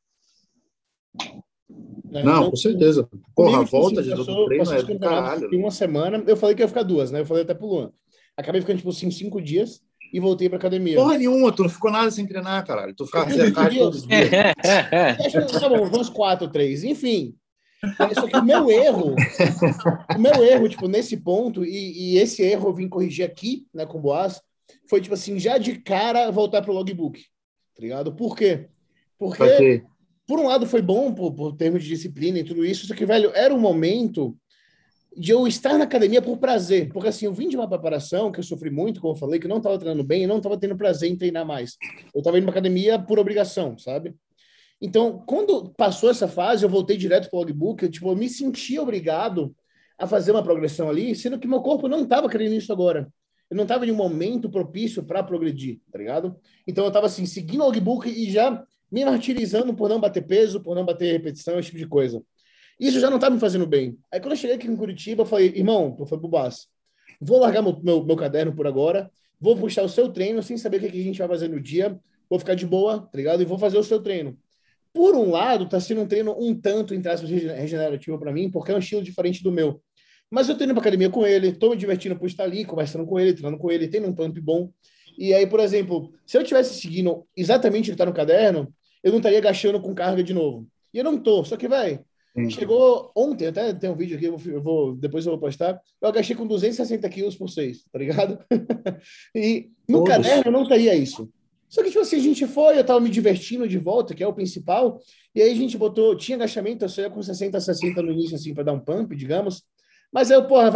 Não, Então, com certeza. Porra, a comigo, tipo volta assim, do treino passou é os do campeonatos caralho. em uma semana. Eu falei que ia ficar 2, né? Eu falei até pro Luan. Acabei ficando, tipo assim, 5 dias e voltei pra academia. Porra nenhuma, tu não ficou nada sem treinar, caralho. Tu Eu ficava fiz 5 cercado dias. todo dia. Acho que, tá bom, uns 4, 3. Enfim. Só que o meu erro, tipo, nesse ponto, e esse erro eu vim corrigir aqui, né, com o Boas, foi, tipo assim, já de cara voltar pro logbook, tá ligado? Por quê? Vai Porque, ter. por um lado, foi bom por termos de disciplina e tudo isso, só que, velho, era um momento de eu estar na academia por prazer, porque, assim, eu vim de uma preparação que eu sofri muito, como eu falei, que eu não estava treinando bem e não estava tendo prazer em treinar mais. Eu estava indo pra academia por obrigação, sabe? Então, quando passou essa fase, eu voltei direto para o logbook, eu me senti obrigado a fazer uma progressão ali, sendo que meu corpo não estava querendo isso agora. Eu não estava em um momento propício para progredir, tá ligado? Então, eu estava assim, seguindo o logbook e já me martirizando por não bater peso, por não bater repetição, esse tipo de coisa. Isso já não estava me fazendo bem. Aí, quando eu cheguei aqui em Curitiba, eu falei, irmão, eu falei pro Bas, vou largar meu caderno por agora, vou puxar o seu treino sem saber o que a gente vai fazer no dia, vou ficar de boa, tá ligado? E vou fazer o seu treino. Por um lado, está sendo um treino um tanto, entre aspas, regenerativo para mim, porque é um estilo diferente do meu. Mas eu treino para academia com ele, estou me divertindo por estar ali, conversando com ele, treinando com ele, tendo um pump bom. E aí, por exemplo, se eu tivesse seguindo exatamente o que está no caderno, eu não estaria agachando com carga de novo. E eu não tô, só que, velho, chegou ontem, até tem um vídeo aqui, depois eu vou postar, eu agachei com 260 quilos por 6, tá ligado? E no caderno eu não estaria isso. Só que, tipo assim, a gente foi, eu tava me divertindo de volta, que é o principal, e aí a gente tinha agachamento, eu saía com 60 a 60 no início, assim, para dar um pump, digamos, mas aí eu, porra,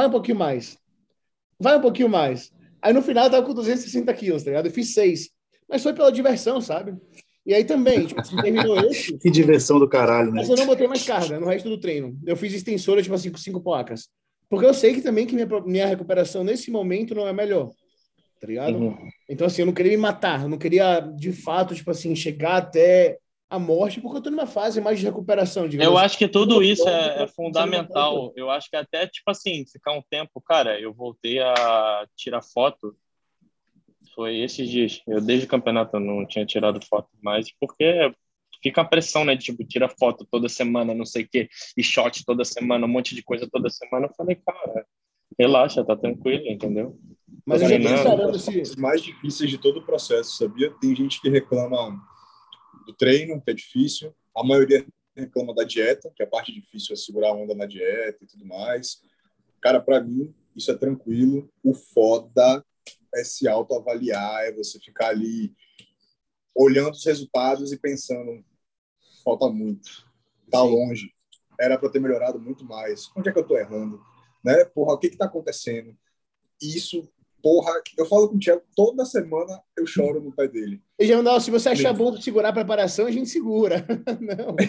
vai um pouquinho mais. Aí no final eu tava com 260 quilos, tá ligado? Eu fiz 6, mas foi pela diversão, sabe? E aí também, tipo assim, terminou esse, Que diversão do caralho, né? mas eu não botei mais carga no resto do treino. Eu fiz extensora, tipo assim, com 5 placas. Porque eu sei que também que minha recuperação nesse momento não é melhor, tá ligado? Uhum. Então, assim, eu não queria me matar, eu não queria, de fato, tipo assim, chegar até a morte, porque eu tô numa fase mais de recuperação, digamos Eu assim. acho que Eu tudo tô isso pronto é pra começar a levantar o corpo. fundamental. Eu acho que até, tipo assim, ficar um tempo, cara, eu voltei a tirar foto, foi esses dias. Eu, desde o campeonato, eu não tinha tirado foto mais, porque fica a pressão, né? De, tipo, tira foto toda semana, não sei o quê, e shot toda semana, um monte de coisa toda semana. Eu falei, cara, relaxa, tá tranquilo, entendeu? Tô Mas eu já tô Para mim, essa é uma treinando. encarando das esse. partes mais difíceis de todo o processo, sabia? Tem gente que reclama do treino, que é difícil. A maioria reclama da dieta, que a parte difícil é segurar a onda na dieta e tudo mais. Cara, para mim, isso é tranquilo. O foda é se autoavaliar, é você ficar ali olhando os resultados e pensando, falta muito, tá Sim. longe, era para ter melhorado muito mais. Onde é que eu tô errando? Né? Porra, o que que tá acontecendo? Isso, porra, eu falo com o Thiago, toda semana eu choro no pé dele. Ele já mandou, se você achar Nem, bom segurar a preparação, a gente segura. Não.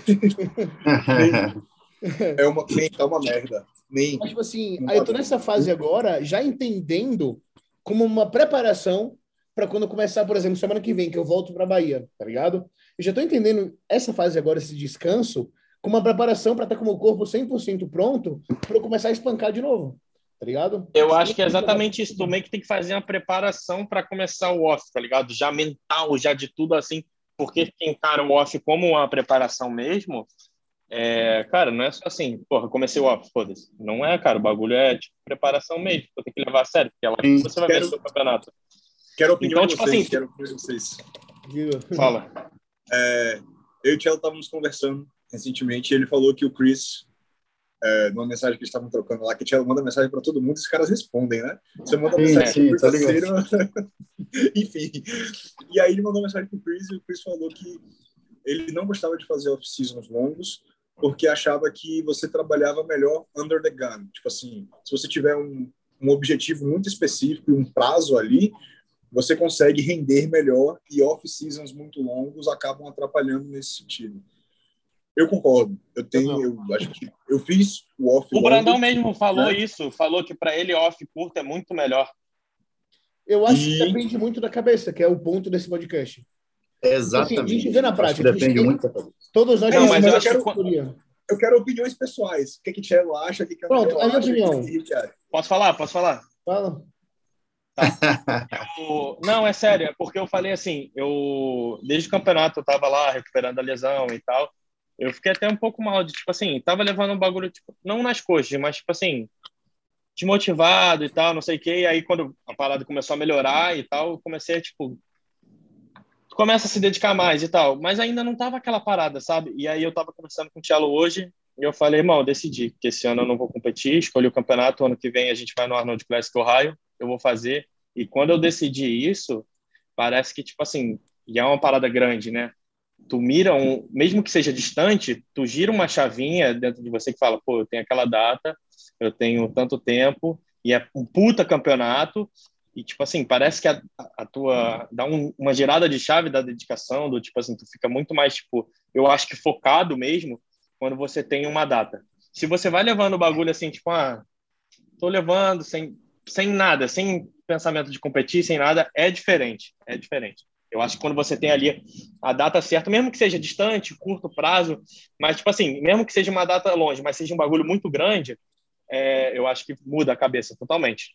nem tá uma merda. Nem, Mas, tipo assim, não aí tá eu tô nessa dando. fase agora, já entendendo como uma preparação para quando começar, por exemplo, semana que vem, que eu volto para Bahia, tá ligado? Eu já tô entendendo essa fase agora, esse descanso, como uma preparação para estar com o meu corpo 100% pronto para eu começar a espancar de novo, tá ligado? Eu Sem acho que é exatamente isso. Tu meio que tem que fazer uma preparação para começar o off, tá ligado? Já mental, já de tudo assim. Porque quem encara o off como uma preparação mesmo, cara, não é só assim, porra, comecei o off, foda-se. Não é, cara, o bagulho é tipo preparação mesmo. Tu tem que levar a sério, porque é lá que você vai vencer o campeonato. Quero a opinião Então, de tipo assim, vocês, quero a opinião de vocês. fala. Eu e o Thiago estávamos conversando recentemente e ele falou que o Chris numa mensagem que eles estavam trocando lá, que Cello manda mensagem para todo mundo e os caras respondem, né? Você manda Sim, mensagem sim, pro tá Chris ligado. enfim. E aí ele mandou mensagem pro Chris e o Chris falou que ele não gostava de fazer off-seasons longos porque achava que você trabalhava melhor under the gun. Tipo assim, se você tiver um objetivo muito específico e um prazo ali, você consegue render melhor e off-seasons muito longos acabam atrapalhando nesse sentido. Eu concordo. Eu acho que eu fiz o off O longo, Brandão mesmo falou né? isso, falou que para ele off curto é muito melhor. Eu acho que E depende muito da cabeça, que é o ponto desse podcast. Tipo assim, a gente vê Exatamente. na Acho que prática, a gente depende tem, muito da cabeça. todos nós é Não, isso, temos mas mas eu eu acho que quero teoria. eu quero opiniões pessoais. O que Cello acha, o que a Pronto, Miguel a minha acha, o que opinião. Henrique acha. posso falar, posso falar. Fala. Tá. Não, é sério, é porque eu falei assim, desde o campeonato eu tava lá recuperando a lesão e tal. Eu fiquei até um pouco mal de, tipo assim, tava levando um bagulho, tipo, não nas coxas, mas, tipo assim, desmotivado e tal, não sei o quê. E aí, quando a parada começou a melhorar e tal, eu comecei a, tipo, tu começa a se dedicar mais e tal. Mas ainda não tava aquela parada, sabe? E aí eu tava conversando com o Thiago hoje e eu falei, irmão, eu decidi que esse ano eu não vou competir, escolhi o campeonato, ano que vem a gente vai no Arnold Classic Ohio, eu vou fazer. E quando eu decidi isso, parece que, tipo assim, e é uma parada grande, né? Tu mira mesmo que seja distante, tu gira uma chavinha dentro de você que fala, pô, eu tenho aquela data, eu tenho tanto tempo, e é um puta campeonato, e tipo assim, parece que a tua dá uma girada de chave da dedicação, do tipo assim, tu fica muito mais, tipo, eu acho que focado mesmo quando você tem uma data. Se você vai levando o bagulho assim, tipo, tô levando sem nada, sem pensamento de competir, sem nada, é diferente, é diferente. Eu acho que quando você tem ali a data certa, mesmo que seja distante, curto prazo, mas, tipo assim, mesmo que seja uma data longe, mas seja um bagulho muito grande, eu acho que muda a cabeça totalmente.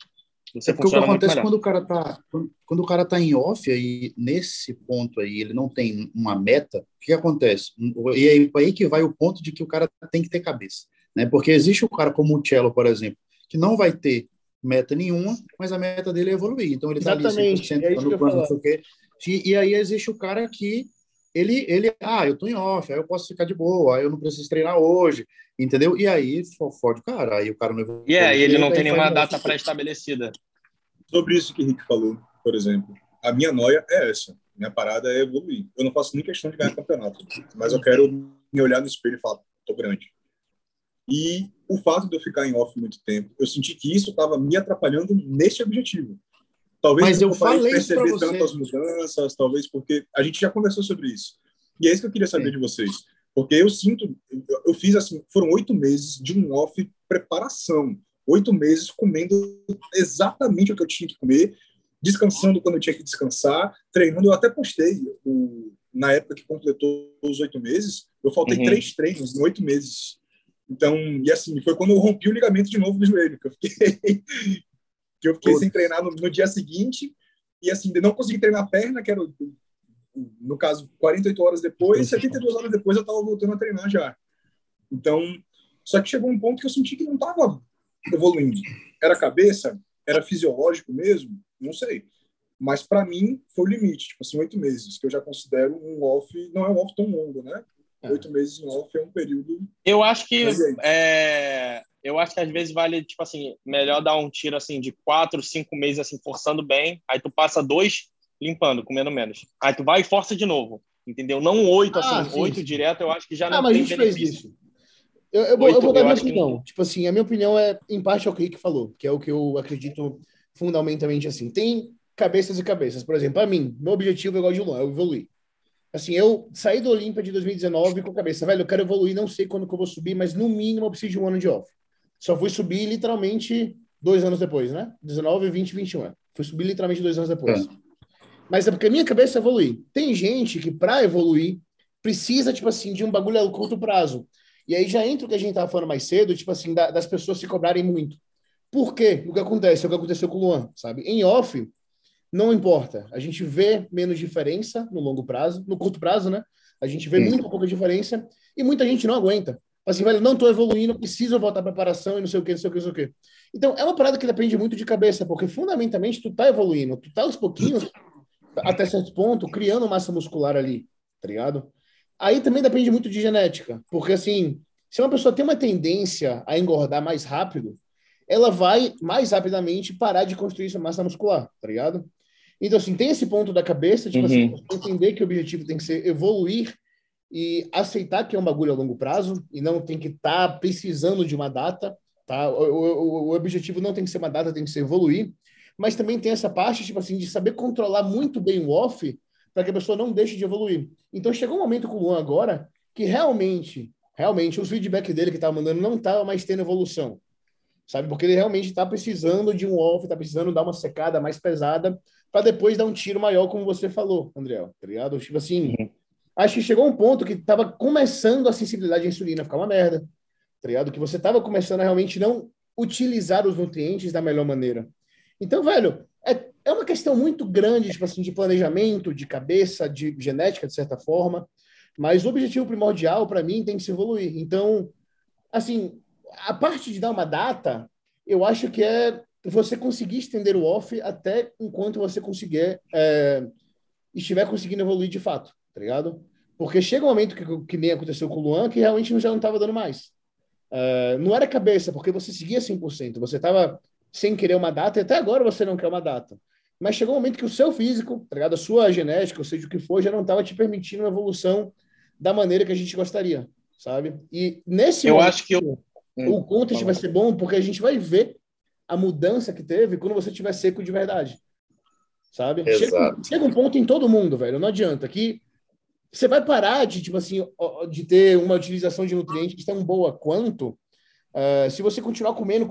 É Você porque o que funciona muito acontece melhor. quando o cara tá em off, aí, nesse ponto aí, ele não tem uma meta, o que acontece? E aí que vai o ponto de que o cara tem que ter cabeça, né? Porque existe o cara como o Cello, por exemplo, que não vai ter meta nenhuma, mas a meta dele é evoluir. Então ele tá ali Exatamente, 100%, é tá isso que no eu ia plano, não falar. sei o quê. E aí existe o cara que eu tô em off, aí eu posso ficar de boa, aí eu não preciso treinar hoje, entendeu? E aí fode o cara, aí o cara não E evolui ele não direito, tem aí faz nenhuma um off. data pré-estabelecida. Sobre isso que o Henrique falou, por exemplo, a minha noia é essa. Minha parada é evoluir. Eu não faço nem questão de ganhar campeonato, mas eu quero me olhar no espelho e falar, tô grande. E o fato de eu ficar em off muito tempo, eu senti que isso estava me atrapalhando nesse objetivo. Talvez Mas porque eu eu parei de falei isso para perceber tanto você. as mudanças, talvez porque a gente já conversou sobre isso. E é isso que eu queria saber Sim. de vocês. Porque eu sinto, eu fiz assim, foram 8 meses de um off preparação. 8 meses comendo exatamente o que eu tinha que comer, descansando quando eu tinha que descansar, treinando. Eu até postei, na época que completou os 8 meses, eu faltei Uhum. 3 treinos em 8 meses. Então, e assim, foi quando eu rompi o ligamento de novo do joelho, que eu fiquei sem treinar no dia seguinte, e assim, não consegui treinar a perna, que era, no caso, 48 horas depois, 72 horas depois eu estava voltando a treinar já. Então, só que chegou um ponto que eu senti que não estava evoluindo. Era cabeça? Era fisiológico mesmo? Não sei. Mas para mim foi o limite, tipo assim, 8 meses, que eu já considero um off, não é um off tão longo, né? 8 meses em off é um período. Eu acho que Mas é isso. eu acho que às vezes vale, tipo assim, melhor dar um tiro assim de 4, 5 meses assim forçando bem, aí tu passa 2 limpando, comendo menos. Aí tu vai e força de novo, entendeu? Não 8 assim, Sim, 8 sim. direto, eu acho que já não Mas a tem gente fez benefício. isso. Eu vou 8, dar a eu minha acho que opinião. Tipo assim, a minha opinião é, em parte, é o que o Rick falou, que é o que eu acredito fundamentalmente assim. Tem cabeças e cabeças. Por exemplo, para mim, meu objetivo é igual de Luan, eu evoluir. Assim, eu saí do Olímpia de 2019 com a cabeça, velho, eu quero evoluir, não sei quando que eu vou subir, mas no mínimo eu preciso de um ano de off. Só fui subir literalmente 2 anos depois, né? 19, 20, 21. Fui subir literalmente 2 anos depois. Mas é porque a minha cabeça é evoluir. Tem gente que, para evoluir, precisa, tipo assim, de um bagulho a curto prazo. E aí já entra o que a gente tava falando mais cedo, tipo assim, das pessoas se cobrarem muito. Por quê? O que acontece? É o que aconteceu com o Luan, sabe? Em off, não importa. A gente vê menos diferença no longo prazo, no curto prazo, né? A gente vê muito pouca diferença e muita gente não aguenta. Assim, velho, não tô evoluindo, preciso voltar à preparação e não sei o que, não sei o que, não sei o que. Então, é uma parada que depende muito de cabeça, porque fundamentalmente tu tá evoluindo, tu tá aos pouquinhos, até certo ponto, criando massa muscular ali, tá ligado? Aí também depende muito de genética, porque assim, se uma pessoa tem uma tendência a engordar mais rápido, ela vai mais rapidamente parar de construir sua massa muscular, tá ligado? Então, assim, tem esse ponto da cabeça, tipo assim, entender que o objetivo tem que ser evoluir e aceitar que é um bagulho a longo prazo e não tem que estar precisando de uma data, tá? O objetivo não tem que ser uma data, tem que ser evoluir, mas também tem essa parte, tipo assim, de saber controlar muito bem o off para que a pessoa não deixe de evoluir. Então, chegou um momento com o Luan agora que realmente, os feedback dele que estava mandando não estava mais tendo evolução, sabe? Porque ele realmente está precisando de um off, está precisando dar uma secada mais pesada para depois dar um tiro maior, como você falou, André, tá ligado? Tipo assim, acho que chegou um ponto que estava começando a sensibilidade à insulina ficar uma merda, tá ligado? Que você estava começando a realmente não utilizar os nutrientes da melhor maneira. Então, velho, é uma questão muito grande, tipo assim, de planejamento, de cabeça, de genética, de certa forma, mas o objetivo primordial, para mim, tem que se evoluir. Então, assim, a parte de dar uma data, eu acho que é você conseguir estender o off até enquanto você conseguir estiver conseguindo evoluir de fato, tá ligado? Porque chega um momento que nem aconteceu com o Luan, que realmente já não estava dando mais. Não era cabeça, porque você seguia 100%, você estava sem querer uma data, e até agora você não quer uma data. Mas chegou um momento que o seu físico, tá ligado? A sua genética, ou seja o que for, já não estava te permitindo uma evolução da maneira que a gente gostaria, sabe? E nesse Eu momento, acho que o contest vai ser bom porque a gente vai ver a mudança que teve quando você tiver seco de verdade, sabe? Chega um ponto em todo mundo, velho, não adianta, que você vai parar de, tipo assim, de ter uma utilização de nutrientes tão boa quanto se você continuar comendo,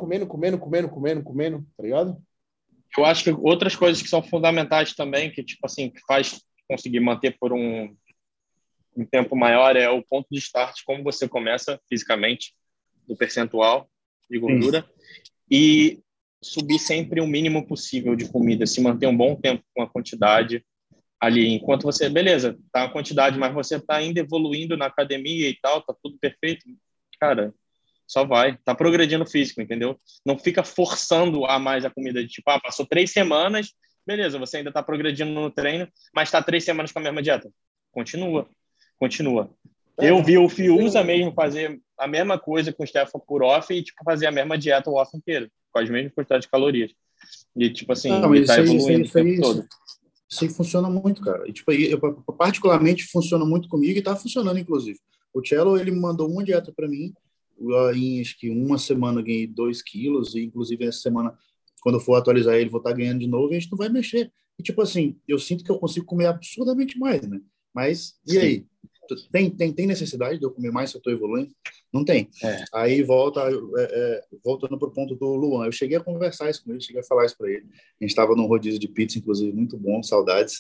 tá ligado? eu acho que outras coisas que são fundamentais também, que tipo assim, que faz conseguir manter por um tempo maior é o ponto de start, como você começa fisicamente, do percentual de gordura, e subir sempre o mínimo possível de comida, se manter um bom tempo com a quantidade ali, enquanto você, beleza, tá a quantidade, mas você tá ainda evoluindo na academia e tal, tá tudo perfeito, cara, só vai, tá progredindo físico, entendeu? Não fica forçando a mais a comida, de tipo, passou 3 semanas, beleza, você ainda tá progredindo no treino, mas tá 3 semanas com a mesma dieta. Continua. Eu vi o Fiuza mesmo fazer a mesma coisa com o Stefan por off e, tipo, fazer a mesma dieta o off inteiro, com as mesmas quantidades de calorias. E, tipo assim, ele tá evoluindo o tempo todo. Isso aí funciona muito, cara. E, tipo, particularmente, funciona muito comigo e tá funcionando, inclusive. O Cello, ele me mandou uma dieta para mim, em acho que uma semana eu ganhei 2 quilos, e inclusive essa semana, quando eu for atualizar ele, vou estar ganhando de novo e a gente não vai mexer. E, tipo assim, eu sinto que eu consigo comer absurdamente mais, né? Mas, e aí? Tem necessidade de eu comer mais se eu estou evoluindo? Não tem. Aí voltando para o ponto do Luan, eu cheguei a conversar isso com ele, cheguei a falar isso para ele. A gente estava num rodízio de pizza, inclusive, muito bom, saudades.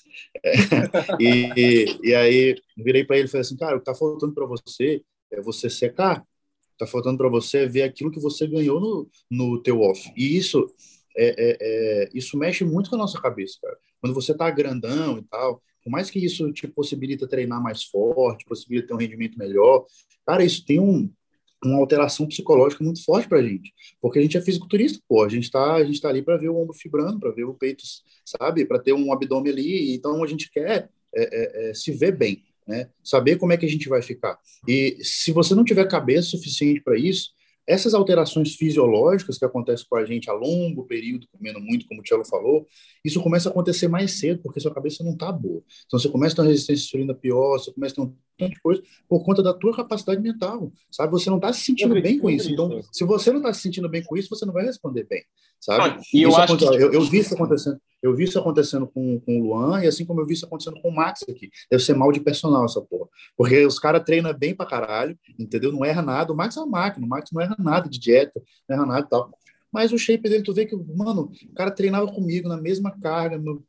E aí virei para ele e falei assim, cara, o que está faltando para você é você secar. Está faltando para você ver aquilo que você ganhou no teu off. E isso mexe muito com a nossa cabeça, cara. Quando você está grandão e tal, por mais que isso te possibilita treinar mais forte, possibilita ter um rendimento melhor, cara, isso tem uma alteração psicológica muito forte pra gente, porque a gente é fisiculturista, pô, a gente tá ali para ver o ombro fibrando, para ver o peito, sabe, para ter um abdômen ali, então a gente quer se ver bem, né? Saber como é que a gente vai ficar. E se você não tiver cabeça suficiente para isso, essas alterações fisiológicas que acontecem com a gente a longo período, comendo muito, como o Tchelo falou, isso começa a acontecer mais cedo, porque sua cabeça não está boa. Então, você começa a ter uma resistência à insulina pior, você começa a ter um monte de coisa por conta da tua capacidade mental, sabe? Você não está se sentindo bem com isso. Então, se você não está se sentindo bem com isso, você não vai responder bem, sabe? E eu acho que... eu vi isso acontecendo. Eu vi isso acontecendo com o Luan, e assim como eu vi isso acontecendo com o Max aqui. Deve ser mal de personal essa porra. Porque os caras treinam bem pra caralho, entendeu? Não erra nada. O Max é uma máquina, o Max não erra nada de dieta, não erra nada e tal. Mas o shape dele, tu vê que, mano, o cara treinava comigo na mesma carga, com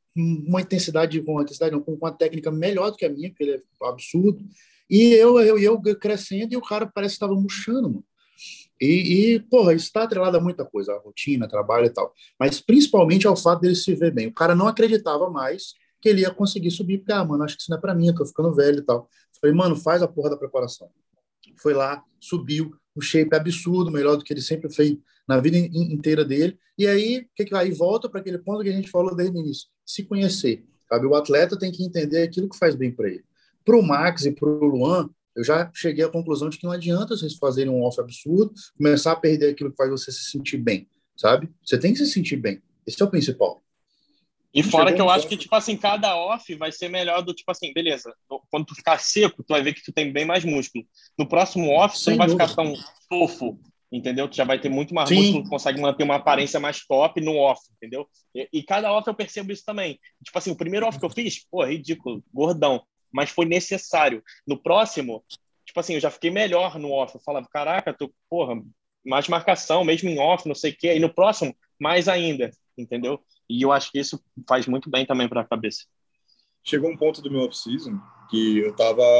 uma técnica melhor do que a minha, porque ele é absurdo. E eu crescendo, e o cara parece que estava murchando, mano. Porra, isso está atrelado a muita coisa, a rotina, trabalho e tal. Mas principalmente ao fato dele se ver bem. O cara não acreditava mais que ele ia conseguir subir, porque, mano, acho que isso não é pra mim, eu tô ficando velho e tal. Falei, mano, faz a porra da preparação. Foi lá, subiu, o shape é absurdo, melhor do que ele sempre fez na vida inteira dele. E aí, aí volta para aquele ponto que a gente falou desde o início, se conhecer. Sabe? O atleta tem que entender aquilo que faz bem para ele. Para o Max e para o Luan, eu já cheguei à conclusão de que não adianta vocês fazerem um off absurdo, começar a perder aquilo que faz você se sentir bem, sabe? Você tem que se sentir bem. Esse é o principal. E fora que eu acho que, ponto. tipo assim, cada off vai ser melhor do tipo assim, beleza, quando tu ficar seco, tu vai ver que tu tem bem mais músculo. No próximo off, tu não Sem vai dúvida. ficar tão fofo, entendeu? Tu já vai ter muito mais músculo, Sim. consegue manter uma aparência mais top no off, entendeu? E cada off eu percebo isso também. Tipo assim, o primeiro off que eu fiz, pô, ridículo, gordão, mas foi necessário. No próximo, tipo assim, eu já fiquei melhor no off. Eu falava, caraca, tô, porra, mais marcação, mesmo em off, não sei o quê. E no próximo, mais ainda, entendeu? E eu acho que isso faz muito bem também para a cabeça. Chegou um ponto do meu off-season que eu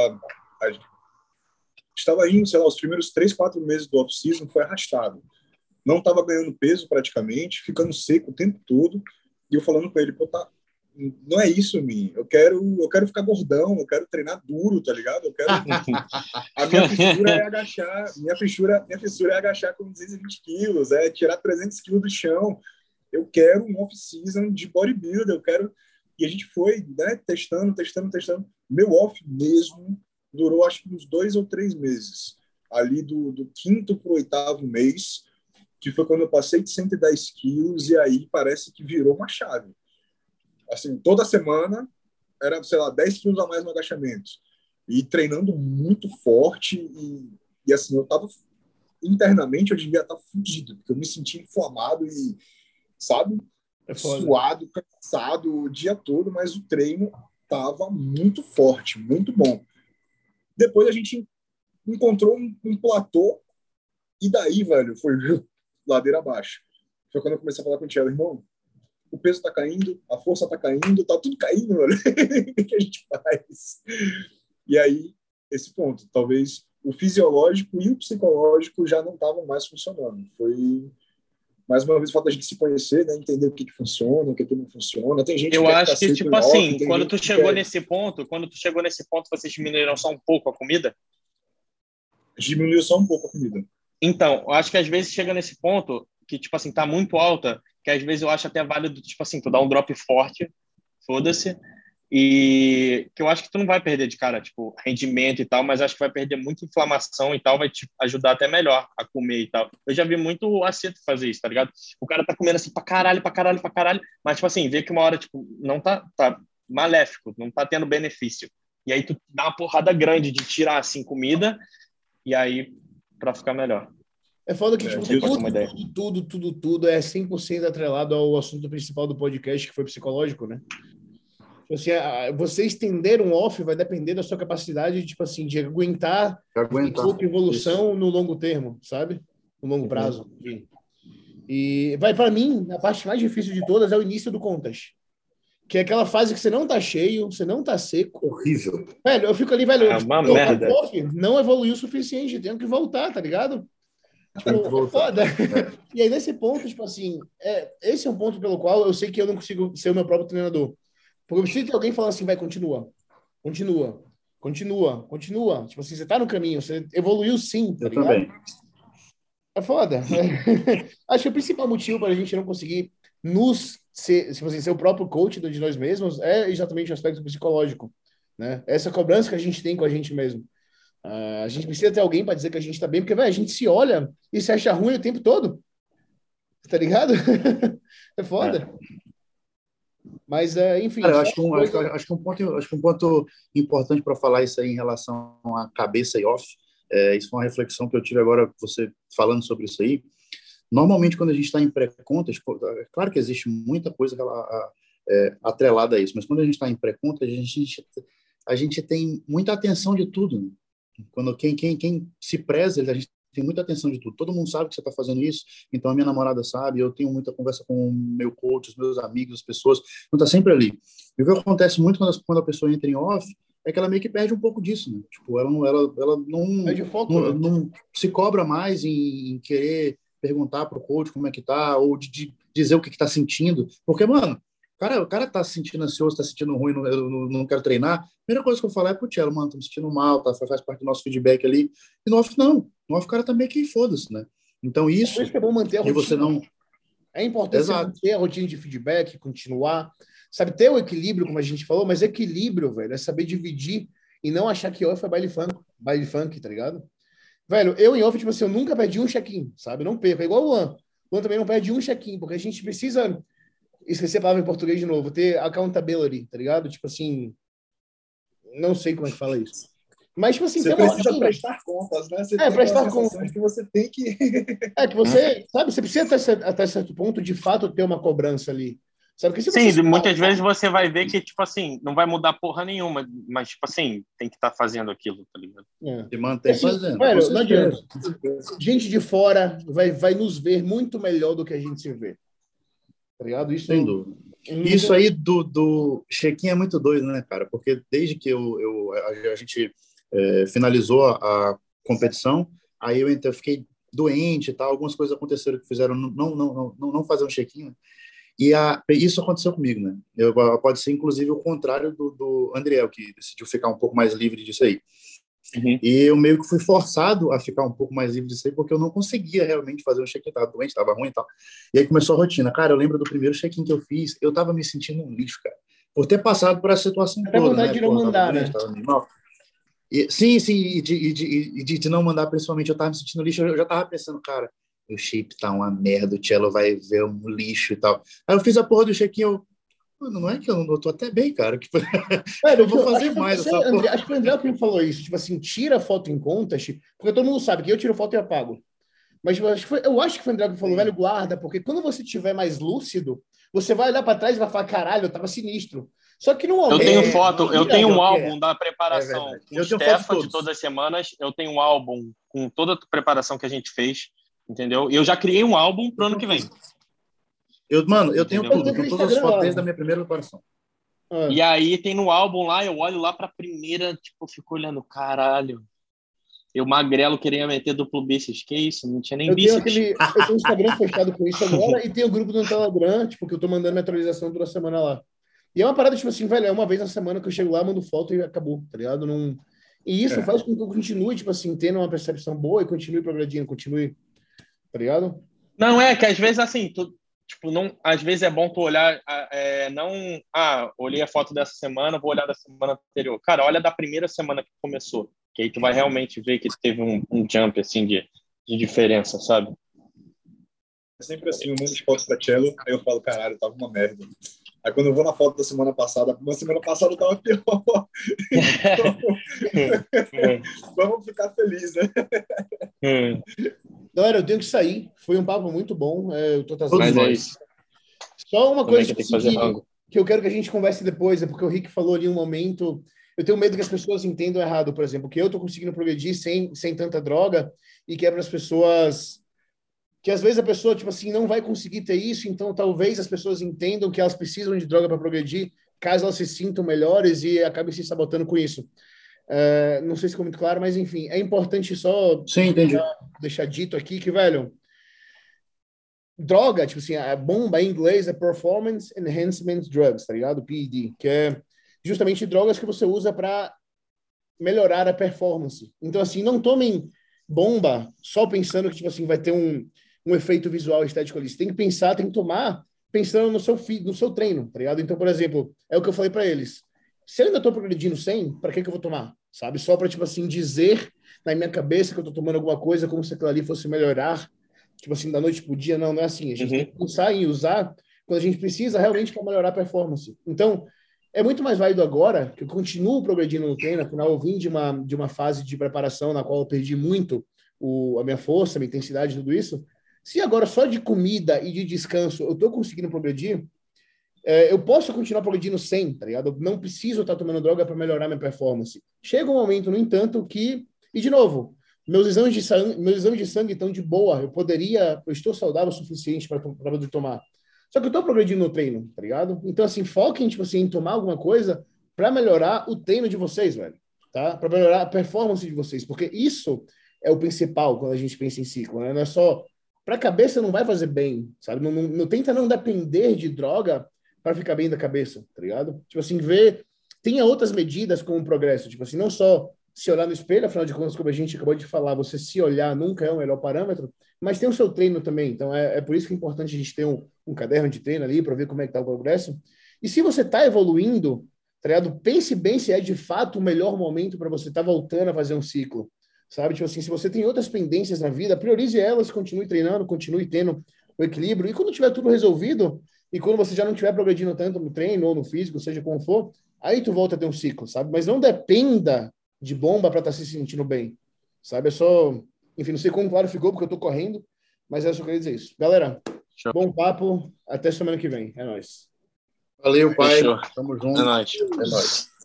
estava indo, sei lá, os primeiros 3, 4 meses do off-season foi arrastado. Não estava ganhando peso praticamente, ficando seco o tempo todo. E eu falando com ele, pô, tá, não é isso, mim. Eu quero ficar gordão, eu quero treinar duro, tá ligado? Eu quero. A minha fissura é agachar, minha fissura é agachar com 220 quilos, é tirar 300 quilos do chão. Eu quero um off-season de bodybuilder, eu quero. E a gente foi, né, testando. Meu off mesmo durou acho que uns 2 ou 3 meses. Ali do 5º para o 8º mês, que foi quando eu passei de 110 quilos, e aí parece que virou uma chave. Assim, toda semana era, sei lá, 10 quilos a mais no agachamento. E treinando muito forte, e assim, eu tava internamente, eu devia estar fudido, porque eu me sentia inflamado e, sabe, suado, cansado o dia todo, mas o treino tava muito forte, muito bom. Depois a gente encontrou um platô, e daí, velho, foi ladeira abaixo. Foi quando eu comecei a falar com o Thiago, irmão, o peso tá caindo, a força tá caindo, tá tudo caindo, velho. O que a gente faz? E aí, esse ponto, talvez o fisiológico e o psicológico já não estavam mais funcionando. Foi, mais uma vez, o fato da gente se conhecer, né? Entender o que funciona, o que não funciona. Tem gente que Eu quer ficar acho que, seco tipo em off, assim, tem quando gente tu que chegou quer nesse ponto, vocês diminuíram só um pouco a comida? diminuir só um pouco a comida. Então, eu acho que às vezes chega nesse ponto que, tipo assim, tá muito alta, que às vezes eu acho até válido, tipo assim, tu dar um drop forte, foda-se, e que eu acho que tu não vai perder de cara, tipo, rendimento e tal, mas acho que vai perder muita inflamação e tal, vai te ajudar até melhor a comer e tal. Eu já vi muito o Aceto fazer isso, tá ligado? O cara tá comendo assim pra caralho, mas, tipo assim, vê que uma hora, tipo, não tá maléfico, não tá tendo benefício. E aí tu dá uma porrada grande de tirar, assim, comida, e aí, pra ficar melhor. É foda que, tipo, Não sei qual é uma ideia. tudo é 100% atrelado ao assunto principal do podcast, que foi psicológico, né? Assim, você estender um off vai depender da sua capacidade, tipo assim, de aguentar pouca evolução no longo termo, sabe? No longo prazo. Enfim. E vai, para mim, a parte mais difícil de todas é o início do contas. Que é aquela fase que você não tá cheio, você não tá seco. Horrível. Velho, eu fico ali, velho, É uma merda. Não evoluiu o suficiente, tenho que voltar, tá ligado? Tipo, é foda. E aí, nesse ponto, tipo assim, esse é um ponto pelo qual eu sei que eu não consigo ser o meu próprio treinador. Porque eu preciso de alguém falando assim, vai, continua. Tipo assim, você tá no caminho, você evoluiu sim, tá ligado? Também. É foda. Acho que o principal motivo para a gente não conseguir ser o próprio coach de nós mesmos é exatamente o aspecto psicológico, né? Essa cobrança que a gente tem com a gente mesmo. A gente precisa ter alguém para dizer que a gente está bem, porque véio, a gente se olha e se acha ruim o tempo todo. Tá ligado? É foda. Mas, enfim. Cara, eu acho que um ponto importante para falar isso aí em relação à cabeça e off, isso foi uma reflexão que eu tive agora, você falando sobre isso aí. Normalmente, quando a gente está em pré-contas, é claro que existe muita coisa atrelada a isso, mas quando a gente está em pré-contas, a gente tem muita atenção de tudo. Né? Quando quem se preza, a gente tem muita atenção de tudo. Todo mundo sabe que você está fazendo isso, então a minha namorada sabe, eu tenho muita conversa com o meu coach, os meus amigos, as pessoas, então está sempre ali. E o que acontece muito quando a pessoa entra em off é que ela meio que perde um pouco disso, né? Tipo, ela não se cobra mais em querer perguntar pro coach como é que tá, ou de dizer o que tá sentindo, porque, mano, o cara tá se sentindo ansioso, tá se sentindo ruim, não quero treinar. A primeira coisa que eu falo é pro Tchelo, mano, tô me sentindo mal, tá, faz parte do nosso feedback ali. E no off, não. No off, o cara tá meio que foda-se, né? Então, isso. Por isso que é bom manter a rotina. Você não. É importante você manter a rotina de feedback, continuar. Sabe, ter o equilíbrio, como a gente falou, mas equilíbrio, velho, é saber dividir e não achar que off é baile funk, tá ligado? Velho, eu em off, tipo assim, eu nunca perdi um check-in, sabe? Eu não perco. É igual o Luan. O Luan também não perde um check-in, porque a gente precisa, esqueci a palavra em português de novo, ter accountability, tá ligado? Tipo assim, não sei como é que fala isso. Mas, tipo assim, Você tem uma precisa rotina. prestar contas, né? Você É, tem aquela prestar sensação conta. de que você tem que. É que você, sabe, você precisa até certo ponto, de fato, ter uma cobrança ali. Sabe, porque se você... Sim, muitas vezes você vai ver que, tipo assim, não vai mudar porra nenhuma, mas, tipo assim, tem que estar fazendo aquilo, tá ligado? É. Se mantém Assim, fazendo, com velho, não adianta. certeza. Com certeza. Gente de fora vai nos ver muito melhor do que a gente se vê. Tá ligado? Sem Isso dúvida. não Isso tem... aí do check-in é muito doido, né, cara? Porque desde que a gente finalizou a competição, aí eu fiquei doente e tal, algumas coisas aconteceram que fizeram não fazer um check-in, né? Isso aconteceu comigo, né? Pode ser, inclusive, o contrário do Andriel, que decidiu ficar um pouco mais livre disso aí. Uhum. E eu meio que fui forçado a ficar um pouco mais livre disso aí, porque eu não conseguia realmente fazer um check-in, estava doente, estava ruim e tal. E aí começou a rotina. Cara, eu lembro do primeiro check-in que eu fiz, eu estava me sentindo um lixo, cara, por ter passado por essa situação Até toda, vontade né? de não Pô, eu tava mandar, doente, né? estava mal. Sim, e de não mandar, principalmente, eu estava me sentindo lixo, eu já estava pensando, cara, o shape tá uma merda, o cello vai ver um lixo e tal. Aí eu fiz a porra do check-in, mano, não é que eu não eu tô até bem, cara, que Velho, eu vou acho fazer que foi mais você, essa porra. André, acho que foi o André que me falou isso. Tipo assim, tira a foto em contas, porque todo mundo sabe que eu tiro foto e apago. Mas eu acho que foi o André que falou, velho, Sim. guarda, porque quando você estiver mais lúcido, você vai olhar para trás e vai falar, caralho, eu tava sinistro. Só que no Eu tenho momento, foto, eu tira. tenho um Pior que é. álbum da É preparação verdade. com o Eu tenho foto de Stefa de todos. todas as semanas, eu tenho um álbum com toda a preparação que a gente fez, entendeu? E eu já criei um álbum pro Eu ano tenho que vem, tudo. Mano, eu tenho entendeu? Eu tudo. tenho Eu tenho aquele todas as Instagram fotos lá. desde a minha primeira preparação. E Ah. aí tem no álbum lá, eu olho lá pra primeira, tipo, eu fico olhando, caralho, eu magrelo queria meter duplo bíceps, que isso? Não tinha nem bíceps. Eu tenho um Instagram fechado com isso agora e tem o grupo no Telegram, tipo, que eu tô mandando minha atualização toda semana lá. E é uma parada, tipo assim, velho, é uma vez na semana que eu chego lá, mando foto e acabou, tá ligado? Não... E isso É. faz com que eu continue, tipo assim, tendo uma percepção boa e continue progredindo, continue, tá ligado? Não, é que às vezes assim, tipo, não, às vezes é bom tu olhar, não, olhei a foto dessa semana, vou olhar da semana anterior. Cara, olha da primeira semana que começou, que aí tu vai realmente ver que teve um jump, assim, de diferença, sabe? É sempre assim, um monte de fotos pra cello, aí eu falo, caralho, tava uma merda. Aí quando eu vou na foto da semana passada, na semana passada eu tava pior. Então, vamos ficar felizes, né? Galera, eu tenho que sair. Foi um papo muito bom. Eu tô atrasado Todos Mas é demais. nós. isso, Só uma também coisa que tipo tem que assim, fazer rango. que eu quero que a gente converse depois, é porque o Rick falou ali um momento. Eu tenho medo que as pessoas entendam errado, por exemplo, que eu tô conseguindo progredir sem tanta droga e que é para as pessoas. Que às vezes a pessoa, tipo assim, não vai conseguir ter isso, então talvez as pessoas entendam que elas precisam de droga para progredir, caso elas se sintam melhores e acabem se sabotando com isso. Não sei se ficou muito claro, mas enfim, é importante só Sim, entendi. deixar dito aqui que, velho, droga, tipo assim, a bomba em inglês é Performance Enhancement Drugs, tá ligado? PED, que é justamente drogas que você usa para melhorar a performance. Então, assim, não tomem bomba só pensando que, tipo assim, vai ter um efeito visual estético ali. Você tem que pensar, tem que tomar pensando no seu treino, tá ligado? Então, por exemplo, é o que eu falei para eles. Se eu ainda tô progredindo 100, para que eu vou tomar? Sabe? Só para, tipo assim, dizer na minha cabeça que eu tô tomando alguma coisa como se aquilo ali fosse melhorar, tipo assim, da noite pro dia. Não, não é assim. A gente tem Uhum. que pensar em usar quando a gente precisa realmente para melhorar a performance. Então, é muito mais válido agora, que eu continuo progredindo no treino, afinal eu vim de uma fase de preparação na qual eu perdi muito a minha força, a minha intensidade, tudo isso. Se agora só de comida e de descanso eu estou conseguindo progredir, eu posso continuar progredindo sem, tá ligado? Eu não preciso estar tomando droga para melhorar minha performance. Chega um momento, no entanto, que... E, de novo, meus exames de sangue estão de boa. Eu estou saudável o suficiente para poder tomar. Só que eu estou progredindo no treino, tá ligado? Então, assim, foquem, tipo assim, em tomar alguma coisa para melhorar o treino de vocês, velho. Tá? Para melhorar a performance de vocês. Porque isso é o principal quando a gente pensa em ciclo, né? Não é só... Para a cabeça não vai fazer bem, sabe? Não tenta não depender de droga para ficar bem da cabeça, tá ligado? Tipo assim, tenha outras medidas como progresso, tipo assim, não só se olhar no espelho, afinal de contas, como a gente acabou de falar, você se olhar nunca é o melhor parâmetro, mas tem o seu treino também, então é por isso que é importante a gente ter um caderno de treino ali para ver como é que tá o progresso. E se você está evoluindo, tá ligado? Pense bem se é de fato o melhor momento para você estar voltando a fazer um ciclo, sabe? Tipo assim, se você tem outras pendências na vida, priorize elas, continue treinando, continue tendo o equilíbrio, e quando tiver tudo resolvido, e quando você já não estiver progredindo tanto no treino ou no físico, seja como for, aí tu volta a ter um ciclo, sabe? Mas não dependa de bomba para estar se sentindo bem, sabe? É só... Enfim, não sei como claro ficou, porque eu tô correndo, mas eu só queria dizer isso. Galera, Show. bom papo, até semana que vem. É nóis. Valeu, pai. Fechou. Tamo É junto. nóis. É nóis.